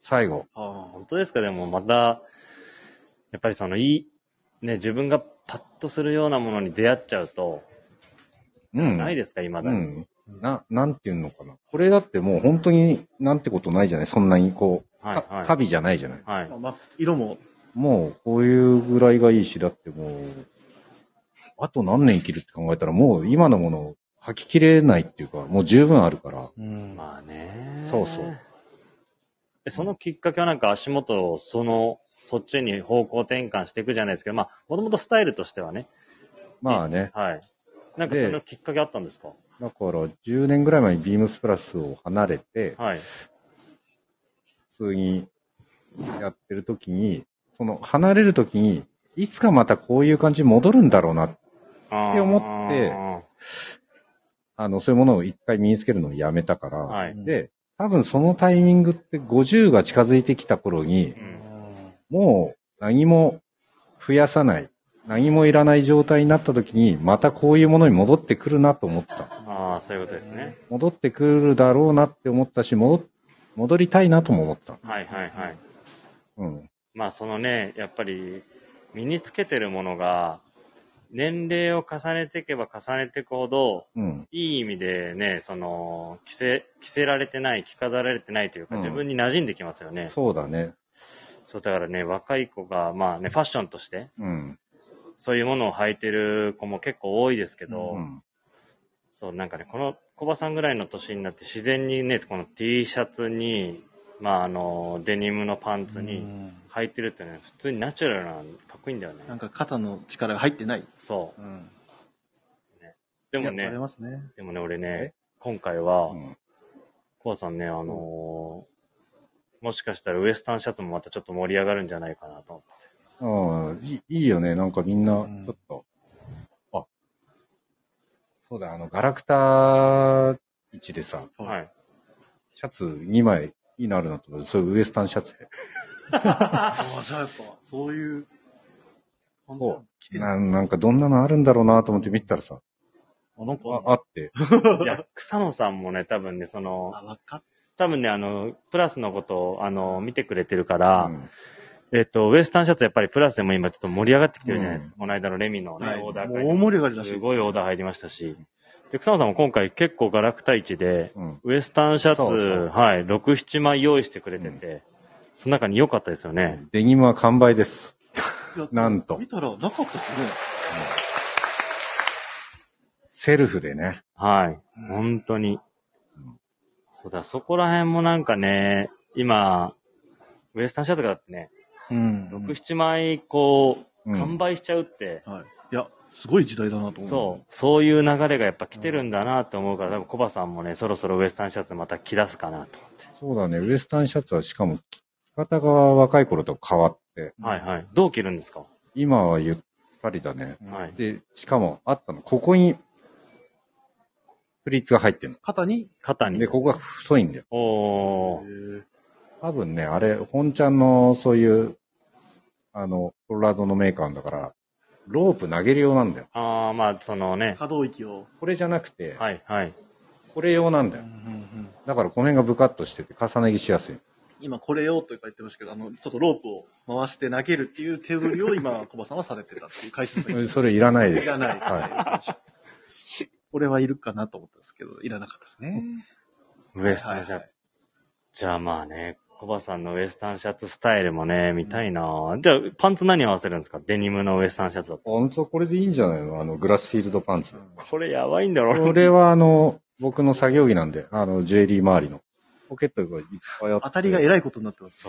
最後。 本当ですか？でもまた、やっぱりその自分がパッとするようなものに出会っちゃうと、ないですか、今だに。 なんていうのかな。これだってもう本当になんてことないじゃない？そんなにカビじゃないじゃない？ はい。色も。 もうこういうぐらいがいいし、だってもう、あと何年生きるって考えたらもう今のものを吐ききれないっていうか、もう十分あるから。 まあね。 そうそう。 そのきっかけはなんか足元をそっちに方向転換していくじゃないですけど、もともとスタイルとしてはね。 まあね。 はい。なんかそのきっかけあったんですか？ だから10年ぐらい前にビームスプラスを離れて、 はい、 普通にやってる時に、その離れる時に、いつかまたこういう感じに戻るんだろうなって思って、そういうものを一回身につけるのをやめたから、で、多分そのタイミングって50が近づいてきた頃に、もう何も増やさない、何もいらない状態になった時に、またこういうものに戻ってくるなと思ってた。 そういうことですね。 戻ってくるだろうなって思ったし、戻りたいなとも思ってた。 はいはいはい。まあそのね、やっぱり身につけてるものが、年齢を重ねていけば重ねていくほど、いい意味でね、着せられてない、着飾られてないというか、自分に馴染んできますよね。 そうだね。 そう、だからね、若い子が、ファッションとして、そういうものを履いてる子も結構多いですけど、そう、なんかね、この小葉さんぐらいの年になって自然にね、この T シャツに、デニムのパンツに履いてるってね、普通にナチュラルな、かっこいいんだよね。 なんか肩の力が入ってない。 そう。でもね、俺ね、今回は、小葉さんね、もしかしたらウエスタンシャツもまたちょっと盛り上がるんじゃないかなと思って。 いいよね。なんかみんな、ちょっと。そうだ、ガラクタ市でさ、シャツ2枚になるなと、そういうウエスタンシャツで。 じゃあやっぱ、そういう。 そう。なんかどんなのあるんだろうなと思って見たらさ、なんかあって。 いや、草野さんもね、多分ね、多分ね、プラスのことを、見てくれてるから、ウエスタンシャツやっぱりプラスでも今ちょっと盛り上がってきてるじゃないですか。この間のレミのね、オーダー会大盛り上がりだし。 すごいオーダー入りましたし。で、草野さんも今回結構ガラクタ市で、ウエスタンシャツ、はい、6、7枚用意してくれてて、その中に良かったですよね。 デニムは完売です。なんと。 見たらなかったですね。 セルフでね。 はい。本当に。そうだ、そこら辺もなんかね、今、ウエスタンシャツがだってね、6、7枚完売しちゃうって。 いや、すごい時代だなと思う。そういう流れがやっぱ来てるんだなと思うから、多分コバさんもね、そろそろウエスタンシャツまた着出すかなと思って。 そうだね、ウエスタンシャツはしかも着方が若い頃と変わって。 はいはい。どう着るんですか？ 今はゆったりだね。で、しかもあったの、ここに、プリーツが入ってるの。 肩に。 で、ここが太いんだよ。多分ね、あれ、本ちゃんのそういう、コロラドのメーカーだから、ロープ投げる用なんだよ。 そのね。 可動域を。 これじゃなくて、 はいはい。 これ用なんだよ。だからこの辺がブカッとしてて重ね着しやすい。 今これ用とか言ってましたけど、ちょっとロープを回して投げるっていう手振りを今、コバさんはされてたっていう解説それいらないです。 いらない。はい。これはいるかなと思ったんですけど、いらなかったですね。 ウエスタンシャツ。じゃあまあね、コバさんのウエスタンシャツスタイルもね、見たいな。じゃあ、パンツ何合わせるんですか？デニムのウエスタンシャツだと。 パンツはこれでいいんじゃないの？グラスフィールドパンツ。 これやばいんだろう。 これは僕の作業着なんで、ジュエリー周りの。ポケットがいっぱいあって。 当たりがえらいことになってます。 そう。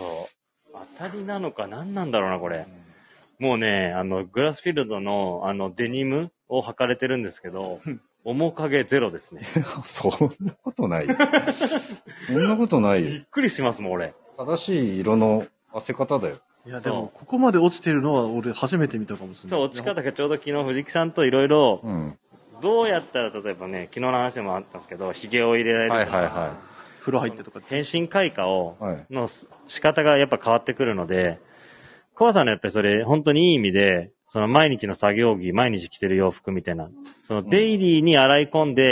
当たりなのか何なんだろうな、これ。もうね、グラスフィールドの、デニムを履かれてるんですけど、面影ゼロですね。 そんなことないよ。そんなことないよ。 びっくりしますもん、俺。 正しい色の合わせ方だよ。 いや、でも、ここまで落ちてるのは俺初めて見たかもしれない。 そう、落ち方がちょうど昨日藤木さんといろいろ、どうやったら、例えばね、昨日の話でもあったんですけど、髭を入れられるとか、 風呂入ってとか。 変身開花の仕方がやっぱ変わってくるので、コバさんのやっぱりそれ、本当にいい意味で、その毎日の作業着、毎日着てる洋服みたいな、そのデイリーに洗い込んで、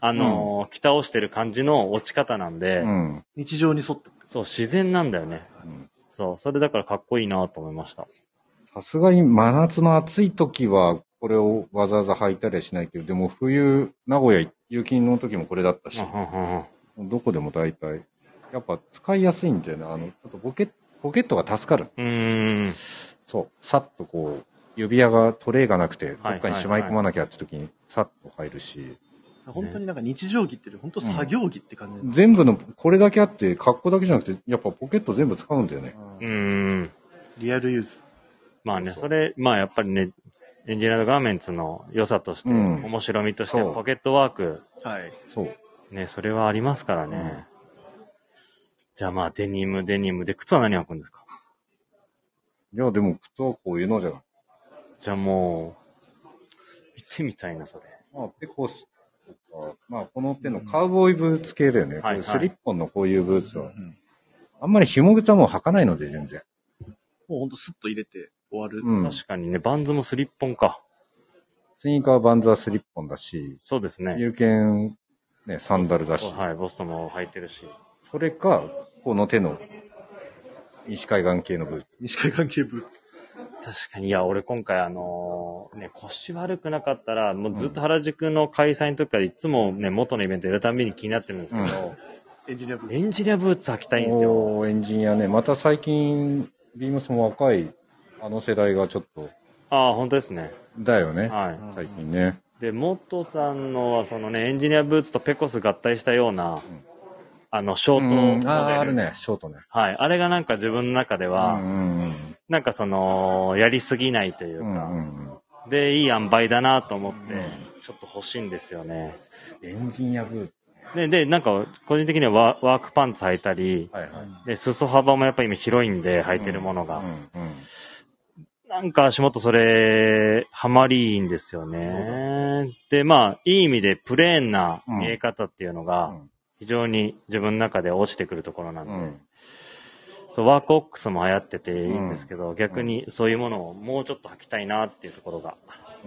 着倒してる感じの落ち方なんで、 日常に沿って。 そう、自然なんだよね。そう、それだからかっこいいなと思いました。 さすがに真夏の暑い時は、これをわざわざ履いたりはしないけど、でも冬、名古屋雪の時もこれだったし、どこでも大体、やっぱ使いやすいんだよね。ちょっとポケットが助かる。そう、さっとこう、指輪がトレイがなくて、どっかにしまい込まなきゃって時にさっと入るし。 本当になんか日常着っていうより、本当作業着って感じ、 全部の、これだけあって、格好だけじゃなくて、やっぱポケット全部使うんだよね。 リアルユース。 まあね、まあやっぱりね、エンジニアードガーメンツの良さとして、面白みとして、ポケットワーク。 はい。 そう。 ね、それはありますからね。じゃあまあ、デニムで、靴は何履くんですか？ いや、でも靴はこういうのじゃない。 じゃあもう、見てみたいな、それ。 まあ、ペコスとか、まあ、この手のカウボーイブーツ系だよね。こういうスリッポンのこういうブーツは。あんまり紐靴はもう履かないので、全然。 もうほんとスッと入れて終わる。 確かにね、バンズもスリッポンか。 スニーカーはバンズはスリッポンだし。 そうですね。 有券、ね、サンダルだし。 はい、ボストンも履いてるし。 それか、この手の西海岸系のブーツ。 西海岸系ブーツ。 確かに、いや、俺今回ね、腰悪くなかったら、もうずっと原宿の開催の時からいつもね、元のイベントやるたびに気になってるんですけど、 エンジニアブーツ。 エンジニアブーツ履きたいんですよ。 エンジニアね。また最近、ビームスも若い、世代がちょっと。 ああ、本当ですね。 だよね。 はい。 最近ね。 で、元さんのは、そのね、エンジニアブーツとペコス合体したような、ショートモデル。 あるね、ショートね。 はい。あれがなんか自分の中では、なんかやりすぎないというか、で、いい塩梅だなと思って、ちょっと欲しいんですよね。 エンジニアブーツ。 で、なんか、個人的にはワークパンツ履いたり、で、裾幅もやっぱり今広いんで、履いてるものが。なんか足元それ、ハマりいいんですよね。で、まあ、いい意味でプレーンな見え方っていうのが、非常に自分の中で落ちてくるところなんで、そう、ワークオックスも流行ってていいんですけど、逆にそういうものをもうちょっと履きたいなっていうところが。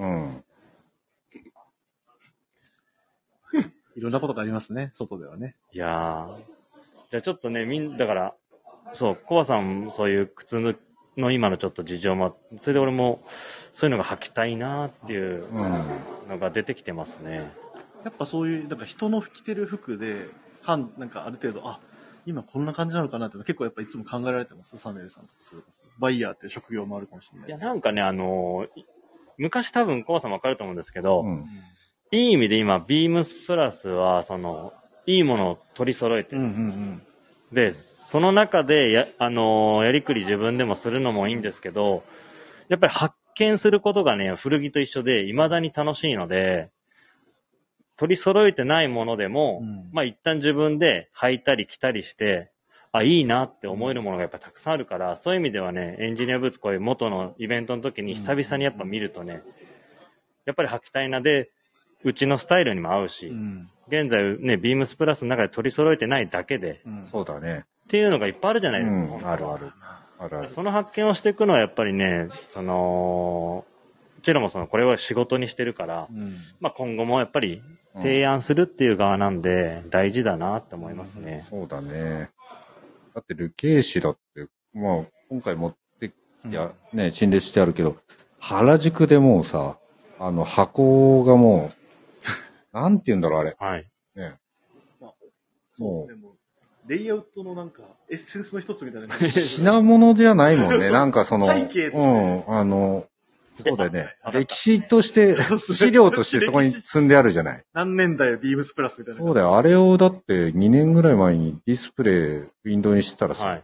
いろんなことがありますね、外ではね。 いやー。じゃあちょっとね、だから、そう、コバさんそういう靴の今のちょっと事情も、それで俺もそういうのが履きたいなっていうのが出てきてますね。 やっぱそういう、なんか人の着てる服で、なんかある程度、今こんな感じなのかなっていうの結構やっぱいつも考えられてます、サメルさんとかそれこそ。バイヤーっていう職業もあるかもしれない。 いや、なんかね、昔多分コバさんもわかると思うんですけど、いい意味で今、ビームスプラスは、いいものを取り揃えてる。で、その中でやりくり自分でもするのもいいんですけど、やっぱり発見することがね、古着と一緒で、未だに楽しいので、取り揃えてないものでも、まあ一旦自分で履いたり着たりして、いいなって思えるものがやっぱたくさんあるから、そういう意味ではね、エンジニアブーツこういう元のイベントの時に久々にやっぱ見るとね、やっぱり履きたいなで、うちのスタイルにも合うし、現在ね、ビームスプラスの中で取り揃えてないだけで、 そうだね。 っていうのがいっぱいあるじゃないですか。 あるある。 その発見をしていくのはやっぱりね、うちらもこれは仕事にしてるから、まあ今後もやっぱり提案するっていう側なんで大事だなって思いますね。 そうだね。だってルケーシだって、まあ今回持ってね、陳列してあるけど、原宿でもうさ、箱がもう、なんて言うんだろう、あれ。 はい。 ね。 まあ、そうですね、もう。レイアウトのなんか、エッセンスの一つみたいな。 品物じゃないもんね。なんか背景として。 そうだよね。歴史として、資料としてそこに積んであるじゃない。 何年代ビームスプラスみたいな。 そうだよ。あれをだって2年ぐらい前にディスプレイ、ウィンドウにしてたらさ、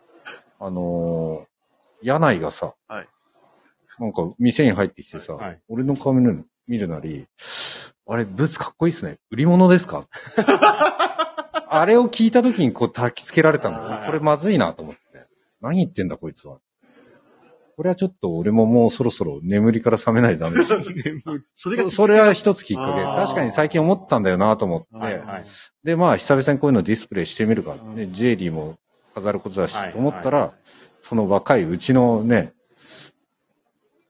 柳井がさ、なんか店に入ってきてさ、俺の顔見るなり、あれ、ブーツかっこいいっすね。売り物ですかあれを聞いた時にこう焚き付けられたんだよ。これまずいなと思って。何言ってんだこいつは。これはちょっと俺ももうそろそろ眠りから覚めないとダメです。それは一つきっかけ。確かに最近思ってたんだよなと思って。で、まあ久々にこういうのディスプレイしてみるか。で、ジェリーも飾ることだし、と思ったら、その若いうちのね、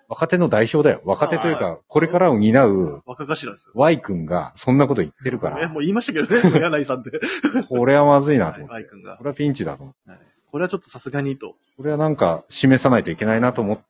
若手の代表だよ。若手というか、これからを担う、 若頭ですよ。 Y 君がそんなこと言ってるから。 もう言いましたけどね、柳井さんって。 これはまずいなと思って。 Y 君が。 これはピンチだと思って。 これはちょっとさすがにと。 これはなんか示さないといけないなと思って、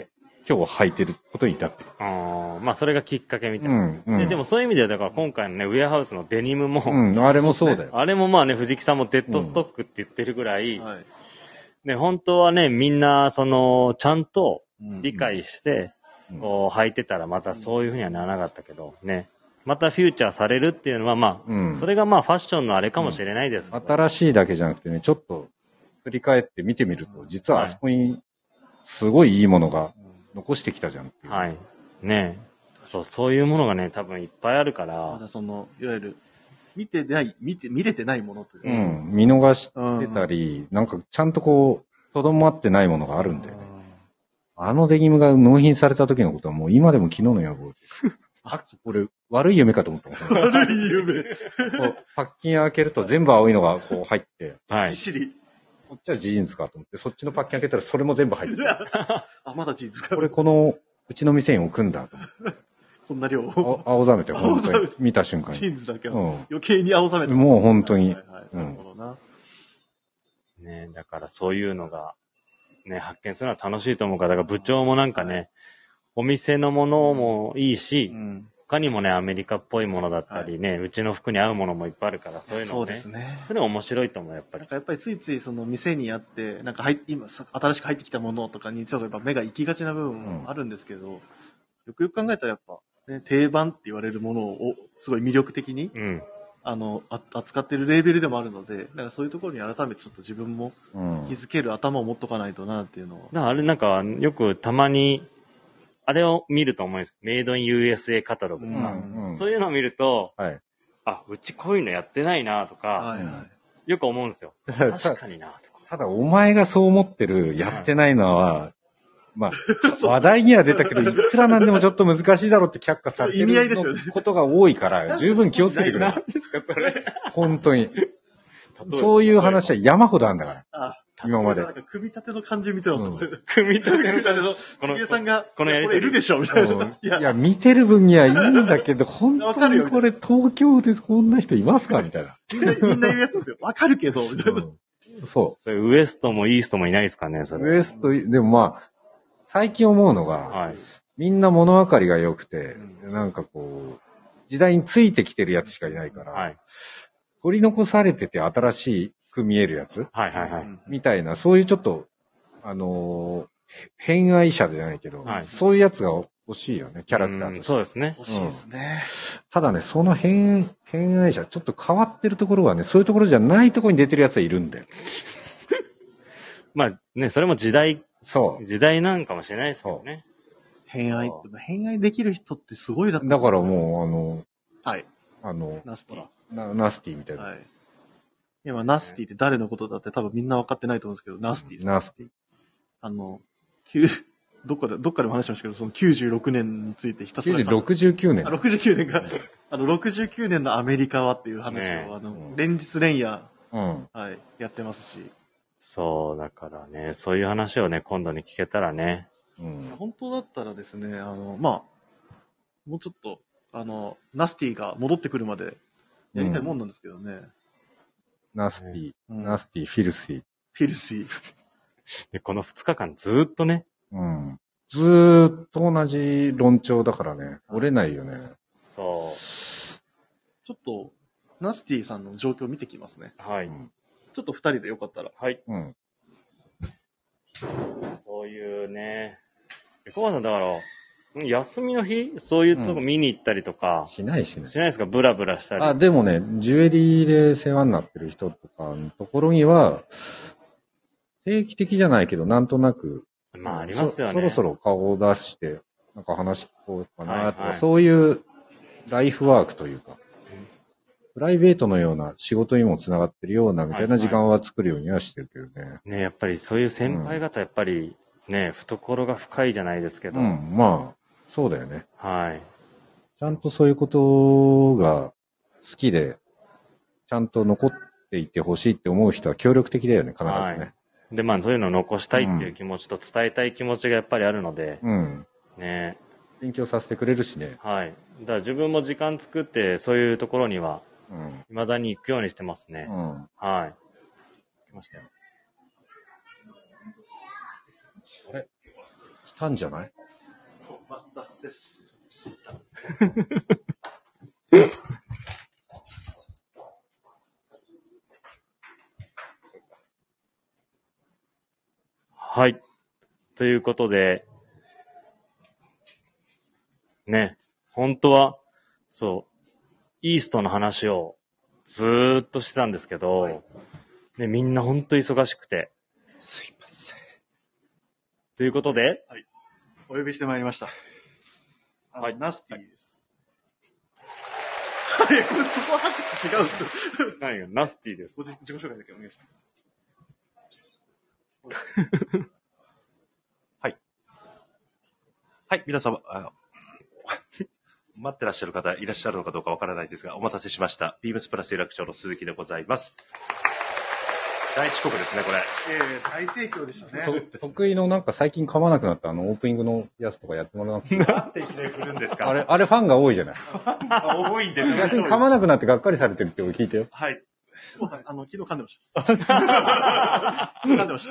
今日履いてることに至ってる。 まあそれがきっかけみたいな。でもそういう意味では、だから今回のね、ウェアハウスのデニムも。 あれもそうだよ。 あれもまあね、藤木さんもデッドストックって言ってるぐらい、ね、本当はね、みんな、ちゃんと理解して、こう、履いてたらまたそういうふうにはならなかったけど、ね。またフューチャーされるっていうのは、まあ、それがまあファッションのあれかもしれないですけど、 新しいだけじゃなくてね、ちょっと振り返って見てみると、実はあそこにすごいいいものが残してきたじゃんっていう。 はい。ねそういうものがね、多分いっぱいあるから。 まだいわゆる、見れてないものというか。 見逃してたり、なんかちゃんとこう、とどまってないものがあるんだよね。あのデニムが納品された時のことはもう今でも昨日の野望。俺、悪い夢かと思ったもん。 悪い夢。 パッキン開けると全部青いのがこう入って。 はい。 ぎっしり。 こっちはジーンズかと思って、そっちのパッキン開けたらそれも全部入ってる。 まだジーンズか。 これうちの店に置くんだと思って。 こんな量。 青ざめて、本当に。見た瞬間に。 ジーンズだけは余計に青ざめて。 もう本当に。なるほどな。 ね、だからそういうのが、ね、発見するのは楽しいと思うから、だから部長もなんかね、お店のものもいいし、他にもね、アメリカっぽいものだったりね、うちの服に合うものもいっぱいあるから、そういうのもね。そうですね。それは面白いと思う、やっぱり。 やっぱりついつい店にあって、なんか今、新しく入ってきたものとかにちょっとやっぱ目が行きがちな部分もあるんですけど、よくよく考えたらやっぱ、ね、定番って言われるものをすごい魅力的に、扱ってるレーベルでもあるので、だからそういうところに改めてちょっと自分も気づける頭を持っとかないとなっていうのは。 あれなんかよくたまに、あれを見ると思うんです。メイドイン USA カタログとか、そういうのを見ると、うちこういうのやってないなとか、よく思うんですよ。確かになとか。 ただお前がそう思ってるやってないのは、まあ、話題には出たけど、いくらなんでもちょっと難しいだろうって却下されてることが多いから、十分気をつけてくれ。 何ですか、それ。 本当に。そういう話は山ほどあるんだから。今まで。 組み立ての感じ見てます。 組み立ての、このさんが、 このやりとりいるでしょみたいな。 いや、見てる分にはいいんだけど、本当にこれ東京でこんな人いますかみたいな。 みんな言うやつですよ。わかるけど、みたいな。 そう。 それウエストもイーストもいないですかね、それ。 ウエスト、でもまあ、最近思うのが、みんな物分かりが良くて、なんかこう、時代についてきてるやつしかいないから、取り残されてて新しく見えるやつみたいな、そういうちょっと、偏愛者じゃないけど、そういうやつが欲しいよね、キャラクターとして。 そうですね。 欲しいですね。 ただね、その偏愛者、ちょっと変わってるところはね、そういうところじゃないところに出てるやつはいるんだよ。 まあね、それも時代なんかもしれないですけどね。 偏愛できる人ってすごいだった。 だからもう、 はい。 ナスティ。ナスティみたいな。 はい。今、ナスティって誰のことだって多分みんな分かってないと思うんですけど、ナスティです。 ナスティ。 どっかでも話しましたけど、その96年についてひたすら。 69年。 69年が、69年のアメリカはっていう話を、連日連夜、やってますし。 そう、だからね、そういう話をね、今度に聞けたらね。 本当だったらですね、まあ、もうちょっと、ナスティが戻ってくるまでやりたいもんなんですけどね。 ナスティ、フィルシー。 フィルシー。 で、この2日間ずーっとね。 ずーっと同じ論調だからね、折れないよね。 そう。 ちょっと、ナスティさんの状況を見てきますね。 はい。 ちょっと2人でよかったら。 はい。そういうね。小川さん、だから、休みの日そういうとこ見に行ったりとか。 しないしない。 しないですか？ブラブラしたり。 でもね、ジュエリーで世話になってる人とかのところには、定期的じゃないけど、なんとなく、 まあ、ありますよね。 そろそろ顔を出して、なんか話聞こうかなとか、そういうライフワークというか、プライベートのような仕事にもつながってるようなみたいな時間は作るようにはしてるけどね。 ね、やっぱりそういう先輩方、やっぱりね、懐が深いじゃないですけど。 まあ、そうだよね。 はい。 ちゃんとそういうことが好きで、ちゃんと残っていてほしいって思う人は協力的だよね、必ずね。 で、まあそういうのを残したいっていう気持ちと伝えたい気持ちがやっぱりあるので、 ね。 勉強させてくれるしね。 はい。だから自分も時間作って、そういうところには、未だに行くようにしてますね。はい。来ましたよ。 あれ来たんじゃない？ お待たせしました。 はい。ということで、ね、本当は、そう、イーストの話をずーっとしてたんですけど、はい、ね、みんな本当忙しくて。 すいません。 ということで、 はい。お呼びしてまいりました。 はい。 ナスティです。はい、そこは違うんですよ。 何がナスティです。 自己紹介だけお願いします。 はい。はい、皆様、待ってらっしゃる方いらっしゃるのかどうかわからないですが、お待たせしました。ビームスプラス有楽町の鈴木でございます。大遅刻ですね、これ。 大盛況でしたね。 得意のなんか最近噛まなくなったオープニングのやつとかやってもらわなくて。 なんていきなり振るんですか？ あれファンが多いじゃない。 ファンが多いんですよ。 逆に噛まなくなってがっかりされてるって俺聞いたよ。 はい。おさん、昨日噛んでました。噛んでました。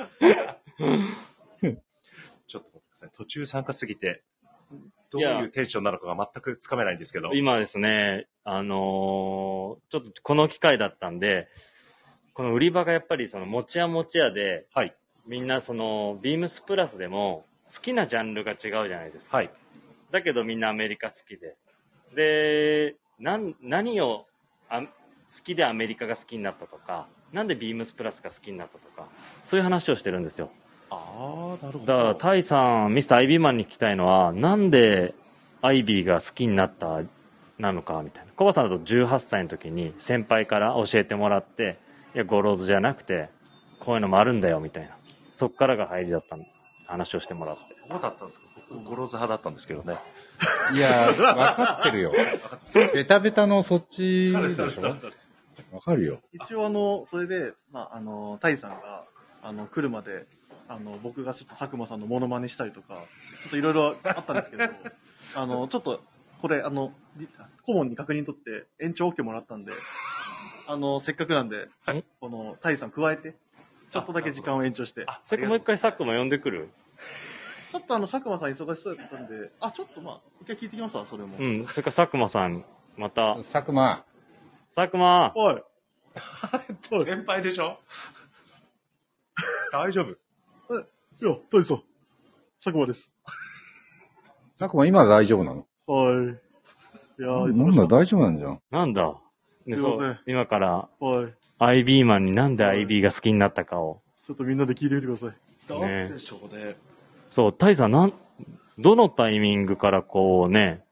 ちょっと待ってください。途中参加すぎて、どういうテンションなのかが全くつかめないんですけど。 今ですね、ちょっとこの機会だったんで、この売り場がやっぱりその持ち屋持ち屋で、はい、みんなそのビームスプラスでも好きなジャンルが違うじゃないですか。はい、だけどみんなアメリカ好きで。で、何を好きでアメリカが好きになったとか、なんでビームスプラスが好きになったとか、そういう話をしてるんですよ。 ああ、なるほど。 だからタイさん、ミスターアイビーマンに聞きたいのは、なんでアイビーが好きになったなのかみたいな。コバさんだと18歳の時に先輩から教えてもらって、いや、ゴローズじゃなくて、こういうのもあるんだよ、みたいな。そっからが入りだった話をしてもらって。 そうだったんですか？僕、ゴローズ派だったんですけどね。 いや、分かってるよ。ベタベタのそっちでしょ？そうです。分かるよ。 一応それで、タイさんが、来るまで、僕がちょっと佐久間さんのモノマネしたりとか、ちょっといろいろあったんですけど、ちょっと、これ、顧問に確認取って延長 OK もらったんで、せっかくなんで、はい、この、タイさん加えて、ちょっとだけ時間を延長して。 それかもう一回佐久間呼んでくる？ ちょっと佐久間さん忙しそうだったんで、ちょっと一回聞いてきますわ、それも。 うん、それか佐久間さん、また。 佐久間。 おい。 先輩でしょ？大丈夫？ いや、タイさん。佐久間です。 佐久間今大丈夫なの？ はい。いやなんだ、大丈夫なんじゃん。 なんだ。 すいません。 今から、 はい。 IB マンになんで IB が好きになったかを。 ちょっとみんなで聞いてみてください。 なんでしょうね。 そう、タイさん、どのタイミングからこうね、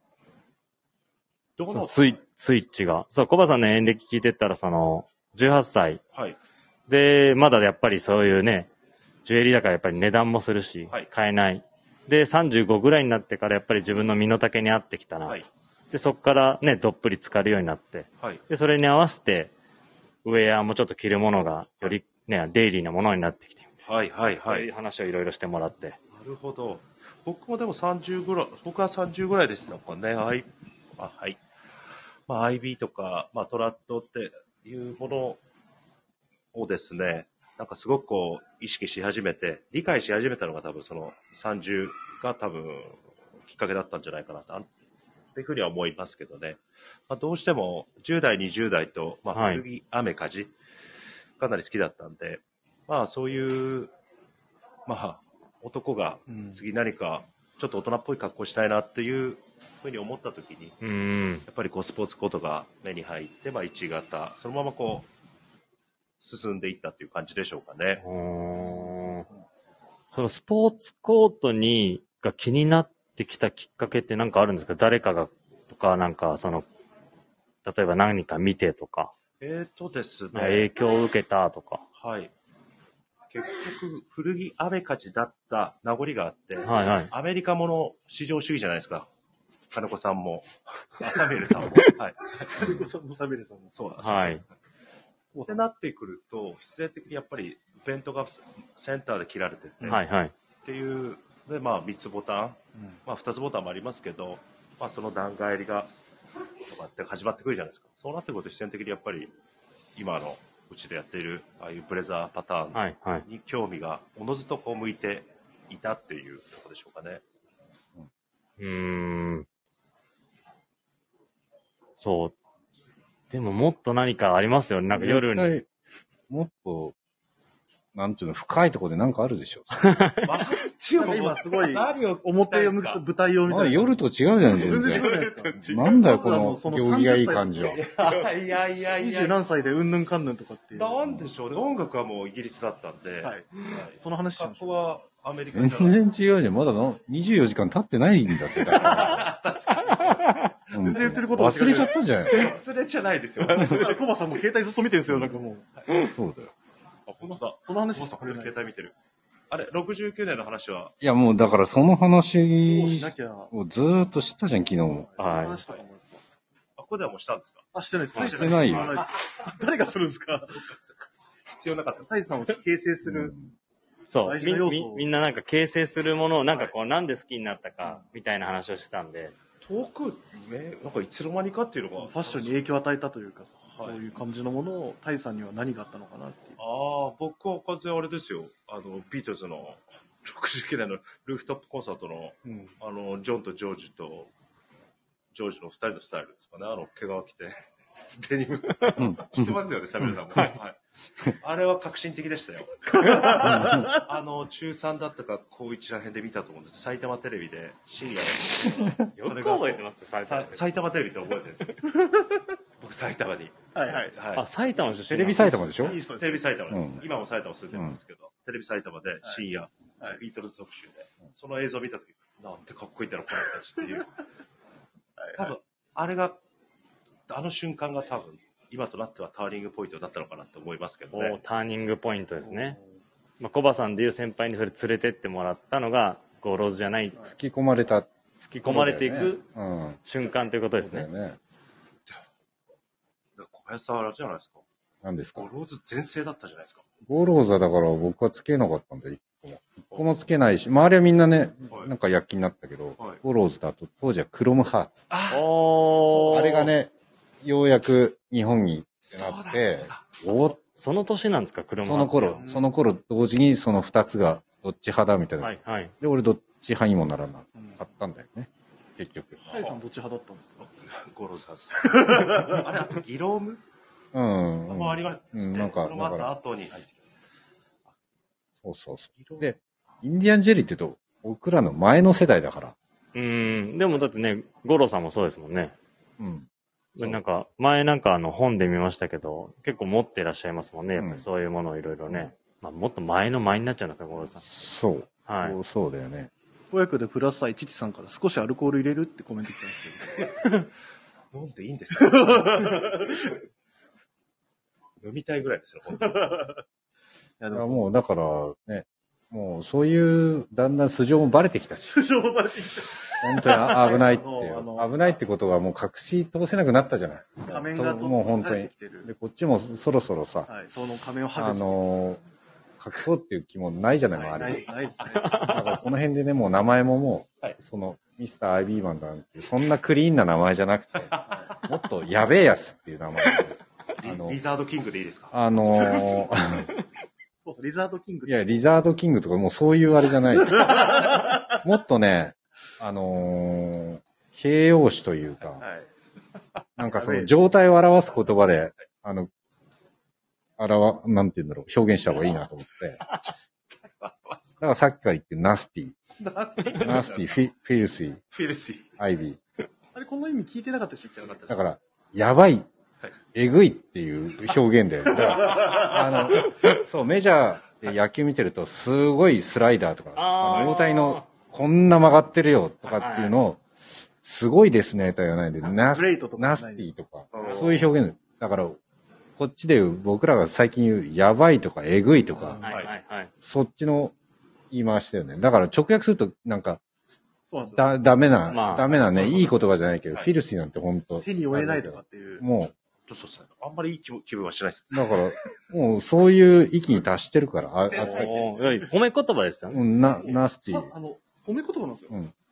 スイッチが。そう、コバさんの演歴聞いてったら、18歳。はい。で、まだやっぱりそういうね、ジュエリーだからやっぱり値段もするし、はい、買えない。で、35ぐらいになってからやっぱり自分の身の丈に合ってきたな。はい。で、そこからね、どっぷり浸かるようになって。はい。で、それに合わせて、ウェアもちょっと着るものが、よりね、デイリーなものになってきて。 はいはいはい。 そういう話をいろいろしてもらって。 なるほど。僕もでも30ぐらい、僕は30ぐらいでしたもんね。はい。IB とか、トラッドっていうものをですね、なんかすごくこう、意識し始めて、理解し始めたのが多分その30が多分きっかけだったんじゃないかなと。っていうふうには思いますけどね。どうしても10代、20代と、古着、雨、風かなり好きだったんで、そういう、男が次何かちょっと大人っぽい格好したいなっていうふうに思った時に、やっぱりこうスポーツコートが目に入って、1型、そのままこう、進んでいったっていう感じでしょうかね。 そのスポーツコートが気になってきたきっかけって何かあるんですか？誰かがとか、なんか例えば何か見てとか。 ですね。 影響を受けたとか。 はい。結局、古着雨勝ちだった名残があって、 はいはい。 アメリカもの至上主義じゃないですか。金子さんも、サミュエルさんも。はい。 金子さんもサミュエルさんも。 そうなんです。 はい。 ってなってくると、必然的にやっぱり、ベントがセンターで切られてて、 はいはい。 っていう、で、3つボタン、 まあ2つボタンもありますけど、まあその段階が始まってくるじゃないですか。そうなってくると必然的にやっぱり今のうちでやっているああいうブレザーパターンに興味がおのずとこう向いていたっていうところでしょうかね。 そう。でももっと何かありますよね。なんか夜に。 もっと、なんていうの、深いところでなんかあるでしょ。 今すごい、表を向くと舞台を見たい。 夜と違うじゃない全然。なんだよ、この行儀がいい感じは。 いや。 20何歳でうんぬんかんぬんとかっていう。 なんでしょうね。音楽はもうイギリスだったんで。はい。 その話しましょう。 ここはアメリカ全然違うじゃん。まだ24時間経ってないんだぜ。確かに。全然言ってること忘れちゃったじゃん。 忘れちゃないですよ。 コバさんも携帯ずっと見てるんですよ、なんかもう。 そうだよ。 その話してこれ携帯見てる。あれ、69年の話は。 いや、もうだからその話をずーっと知ったじゃん、昨日も。 はい。 ここではもうしたんですか？ してないです。 してないよ。 誰がするんですか？ 必要なかった。 タイさんを形成する。 そう。みんななんか形成するものをなんかこう、なんで好きになったか、みたいな話をしてたんで。 遠くね、なんかいつの間にかっていうのが。 ファッションに影響を与えたというかさ、そういう感じのものを、タイさんには何があったのかなっていう。 僕は完全あれですよ。ビートルズの69年のルーフトップコンサートの、ジョンとジョージと、ジョージの2人のスタイルですかね。毛皮着て、デニム。知ってますよね、サミュエルさんも。はい。あれは革新的でしたよ。中3だったか高1ら辺で見たと思うんです。埼玉テレビで深夜の。よく覚えてます埼玉テレビって覚えてるんですよ。僕埼玉に。 はい。 あ、埼玉出身。 テレビ埼玉でしょ？ テレビ埼玉です。今も埼玉住んでるんですけど、テレビ埼玉で深夜、ビートルズ特集で、その映像を見たとき、なんてかっこいいんだろ、この人たちっていう。多分、あれが、あの瞬間が多分、今となってはターニングポイントになったのかなと思いますけどね。 ターニングポイントですね。まあ、コバさんでいう先輩にそれ連れてってもらったのが、ゴーローズじゃない。 吹き込まれていく瞬間ということですね。 小林さんはあれじゃないですか。 何ですか？ ゴローズ全盛だったじゃないですか。 ゴローズはだから僕はつけなかったんで、一個もつけないし、周りはみんなね、なんか躍起になったけど、ゴローズだと当時はクロムハーツ。あれがね、ようやく日本になって、 その年なんですか、クロムハーツ。その頃同時にその2つがどっち派だみたいな。で、俺どっち派にもならなかったんだよね。結局。 タイさんどっち派だったんですか？ ゴローズ派です。あれ、あとギローム？もうありましたね。 なんか、 クロムハーツ後に入ってきた。そう。で、インディアンジェリーって言うと、僕らの前の世代だから。 でもだってね、ゴロさんもそうですもんね。なんか、前なんか本で見ましたけど、結構持ってらっしゃいますもんね。やっぱりそういうものをいろいろね。まあ、もっと前の前になっちゃうんですか、ゴロさん。 そう。はい。そうだよね。 親子でプラス愛父さんから少しアルコール入れるってコメント来たんですけど。 飲んでいいんですか？飲みたいぐらいですよ、本当に。 もうだからね、もうそういうだんだん素性もバレてきたし。 素性もバレてきた。 本当に危ないって危ないってことがもう隠し通せなくなったじゃない。 仮面がもう本当に。で、こっちもそろそろさ、 その仮面を剥ぐ。 隠そうっていう気もないじゃない、周り。 ないですね。 だからこの辺でね、もう名前ももう、その、ミスター・アイビーマンなんていう、そんなクリーンな名前じゃなくて、もっとやべえやつっていう名前リザードキングでいいですか？ リザードキング。 いや、リザードキングとかもうそういうあれじゃないです。もっとね、形容詞というか、なんかその状態を表す言葉で、なんて言うんだろう、表現した方がいいなと思って。だからさっきから言ってナスティ、フィルシー、アイビー。 あれ、この意味聞いてなかったし、 だから、やばい、えぐいっていう表現で。そう、メジャーで野球見てると、すごいスライダーとか、大谷のこんな曲がってるよとかっていうのを、すごいですねとは言わないで、ナスティとか、そういう表現。だから、こっちで言う、僕らが最近言う、やばいとか、えぐいとか、そっちの言い回しだよね。だから直訳すると、なんか、ダメなね、いい言葉じゃないけど、フィルシーなんて本当手に負えないとかっていう。 もう、あんまりいい気分はしないです。 だから、もうそういう域に達してるから、扱い。 褒め言葉ですよね。 ナスティ。 褒め言葉なんですよ。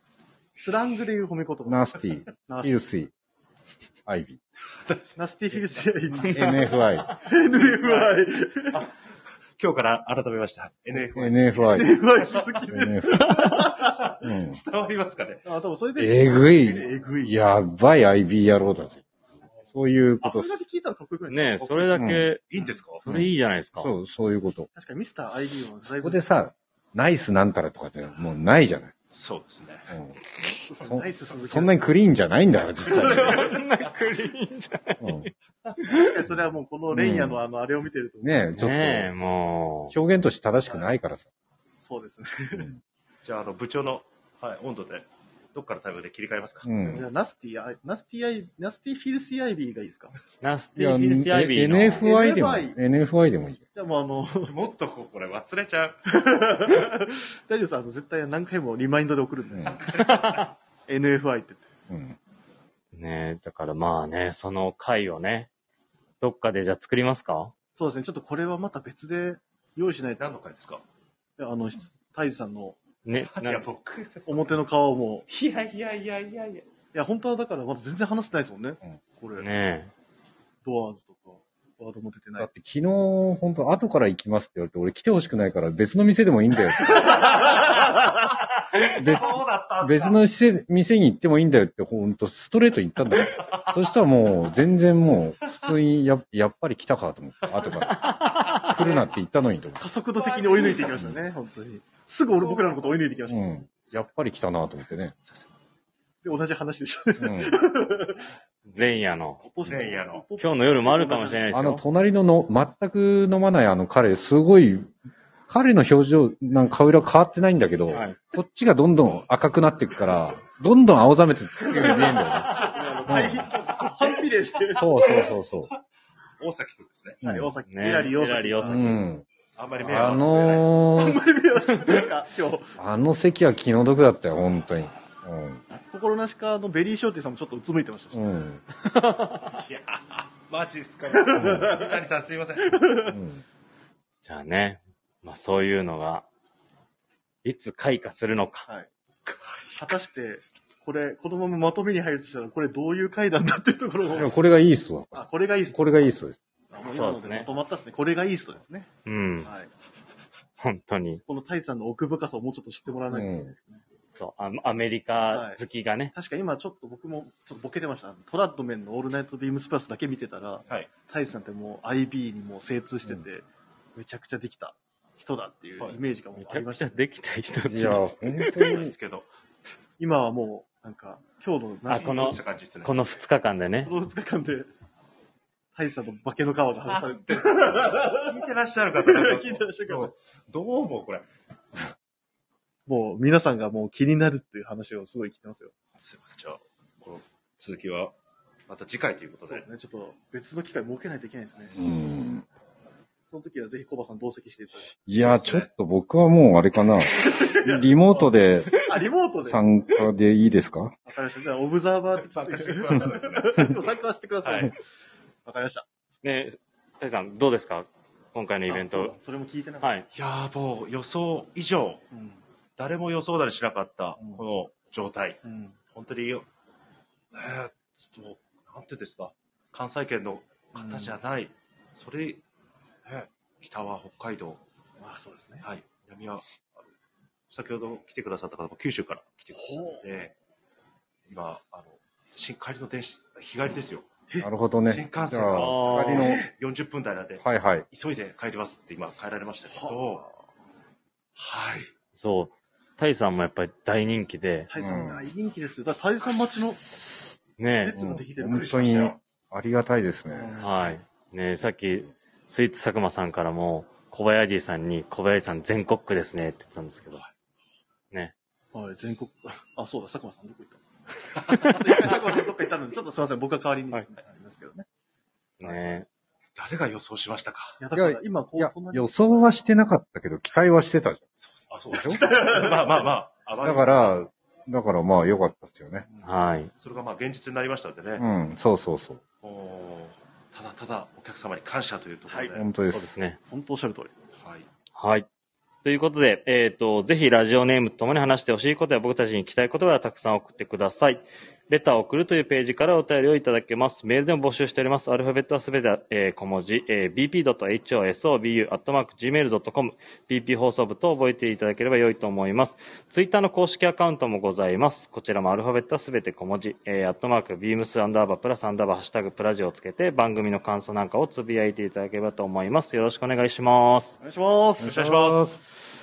スラングで言う褒め言葉。 ナスティ、フィルシー、アイビナスティフィルシー、 ー、NFI。 NFI。 今日から改めました。NFI。 NFI。 NFI 好きです。 伝わりますかね。 多分それで。 えぐい。やばい IB 野郎だぜ。そういうことです。それだけ聞いたらかっこよくないですか？ねえ、それだけ、 いいんですか？ それいいじゃないですか。 そういうこと。 確かにミスター IB はそこでさ、ナイスなんたらとかってもうないじゃない。 そうですね。 ナイス鈴木。 そんなにクリーンじゃないんだから、実際に。そんなクリーンじゃない。 確かにそれはもうこのレイヤのあれを見てると。 ねえ、ちょっと。もう。表現として正しくないからさ。 そうですね。 じゃあ、部長の、温度で、どっからタイムで切り替えますか？ じゃあナスティフィルシーアイビーがいいですか？ ナスティフィルシーアイビーの。 NFI でもいい。 じゃあもうもっとこれ忘れちゃう。 大丈夫さん、絶対何回もリマインドで送るんで。NFI って言って。 ねえ、だからまあね、その回をね、どっかでじゃあ作りますか？ そうですね、ちょっとこれはまた別で用意しないと。 何の回ですか？ いや、タイズさんの、 ね、 表の皮をもう。いや、本当はだからまだ全然話せないですもんね。これ。 ねドアーズとか、ワードも出てない。 だって昨日、本当後から行きますって言われて、俺来てほしくないから別の店でもいいんだよって。別の店に行ってもいいんだよって、ほんとストレートに言ったんだよ。そしたらもう、全然もう、普通にやっぱり来たかと思って、後から。来るなって言ったのにと思って。 加速度的に追い抜いていきましたね、本当に。すぐ僕らのこと追い抜いていきました。 やっぱり来たなと思ってね。 で、同じ話でした。 レイヤの。今日の夜もあるかもしれないですよ。 隣の全く飲まない彼、すごい、彼の表情、顔色変わってないんだけど、こっちがどんどん赤くなっていくから、どんどん青ざめていくように見えるんだよね。 反比例してる。 そう。 大崎くんですね。 はい、大崎。エラリー大崎。 あんまり目はしてないですか、 今日。あの席は気の毒だったよ、本当に。 心なしかベリーショーティーさんもちょっとうつむいてましたし。いやマジっすか。三谷さんすいません。 じゃあね、まあそういうのが、いつ開花するのか。 果たして、このまままとめに入るとしたら、これどういう回なんだっていうところを。 いや、これがいいっすわ。 これがいいっす。 これがいいっすです。 そうですね。 まとまったっすね。これがいいっすですね。 本当に。 このタイさんの奥深さをもうちょっと知ってもらわないといけないですね。 そう、アメリカ好きがね。 確か今ちょっと僕もちょっとボケてました。トラッドメンのオールナイトビームスプラスだけ見てたら、タイさんってもう IB にもう精通してて、めちゃくちゃできた人だっていうイメージがもうありました。 めちゃくちゃできた人いや、本当にですけど。 今はもう、今日のこの2日間でね。 この2日間で、タイさんの化けの皮が外されて。 聞いてらっしゃる方聞いてらっしゃる方。 どうもこれ。 もう皆さんがもう気になるっていう話をすごい聞いてますよ。 すいません。じゃあ、この続きはまた次回ということで。 そうですね。ちょっと別の機会設けないといけないですね。その時はぜひコバさん同席していただいて。 いや、ちょっと僕はもうあれかな。リモートで。 リモートで参加でいいですか？ わかりました。じゃあ、オブザーバー参加してくださいですね。 参加してください。わかりました。 ね、タイさん、どうですか？今回のイベント。 それも聞いてなかった。 いやもう予想以上。誰も予想だにしなかったこの状態、本当にちょっとなんてですか、関西圏の方じゃない、それ、北は北海道、 そうですね。 南は先ほど来てくださった方も九州から来てくださって今帰りの日帰りですよ。 なるほどね。 新幹線が帰りの40分台なんで、急いで帰りますって今帰られましたけど、 そう。タイさんもやっぱり大人気で。 タイさん大人気ですよ。だからタイさん待ちの列ができてる。 本当にありがたいですね。 ね、さっきスイーツ佐久間さんからも小林さんに小林さん全国区ですねって言ってたんですけど。ね。 全国区。そうだ、佐久間さんどこ行ったの？一回佐久間さんどっか行ったので、ちょっとすみません、僕が代わりにありますけどね。 ね。 誰が予想しましたか？ だから今予想はしてなかったけど、期待はしてたじゃん。そうでしょ？まあ。 だからまあ良かったですよね。 それがまあ現実になりましたんでね。 そう。 ただお客様に感謝というところで。 本当です。 そうですね。 本当おっしゃる通り。 はい。 ということで、ぜひラジオネームとともに話してほしいことや僕たちに聞きたいことがたくさん送ってください。レターを送るというページからお便りをいただけます。メールでも募集しております。アルファベットはすべて、小文字、bp.hosobu@gmail.com、bp 放送部と覚えていただければ良いと思います。ツイッターの公式アカウントもございます。こちらもアルファベットはすべて小文字、@beams_++ハッシュタグプラジオをつけて番組の感想なんかをつぶやいていただければと思います。よろしくお願いします。 お願いします。 よろしくお願いします。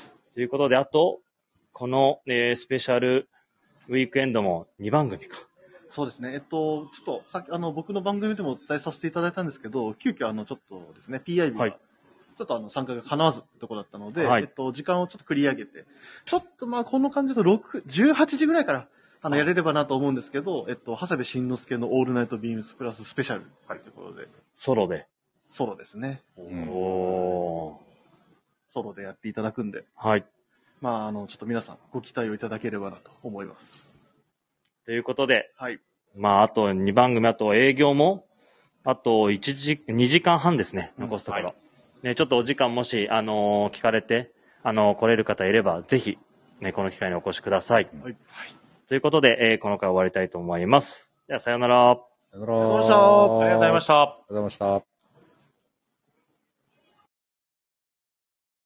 ということで、あと、この、スペシャルウィークエンドも2番組か。 そうですね。ちょっと、さっき、僕の番組でもお伝えさせていただいたんですけど、急遽、ちょっとですね、PIB が、 はいちょっと参加が叶わずってとこだったので、 はい時間をちょっと繰り上げて、ちょっとこの感じだと18時ぐらいから、やれればなと思うんですけど、長谷部慎之介のオールナイトビームスプラススペシャルということで、 ソロで。 ソロですね。 おー。 ソロでやっていただくんで、 はい。 ちょっと皆さんご期待をいただければなと思います。 ということで、 はい。 あと2番組、あと営業も、あと2時間半ですね、残すところ。 はいね、ちょっとお時間もし、聞かれて、来れる方いれば、ぜひ、ね、この機会にお越しください。 はい。 ということで、この回終わりたいと思います。では、さようなら。 さよなら。 ありがとうございました。 ありがとうございました。 ありがとうございました。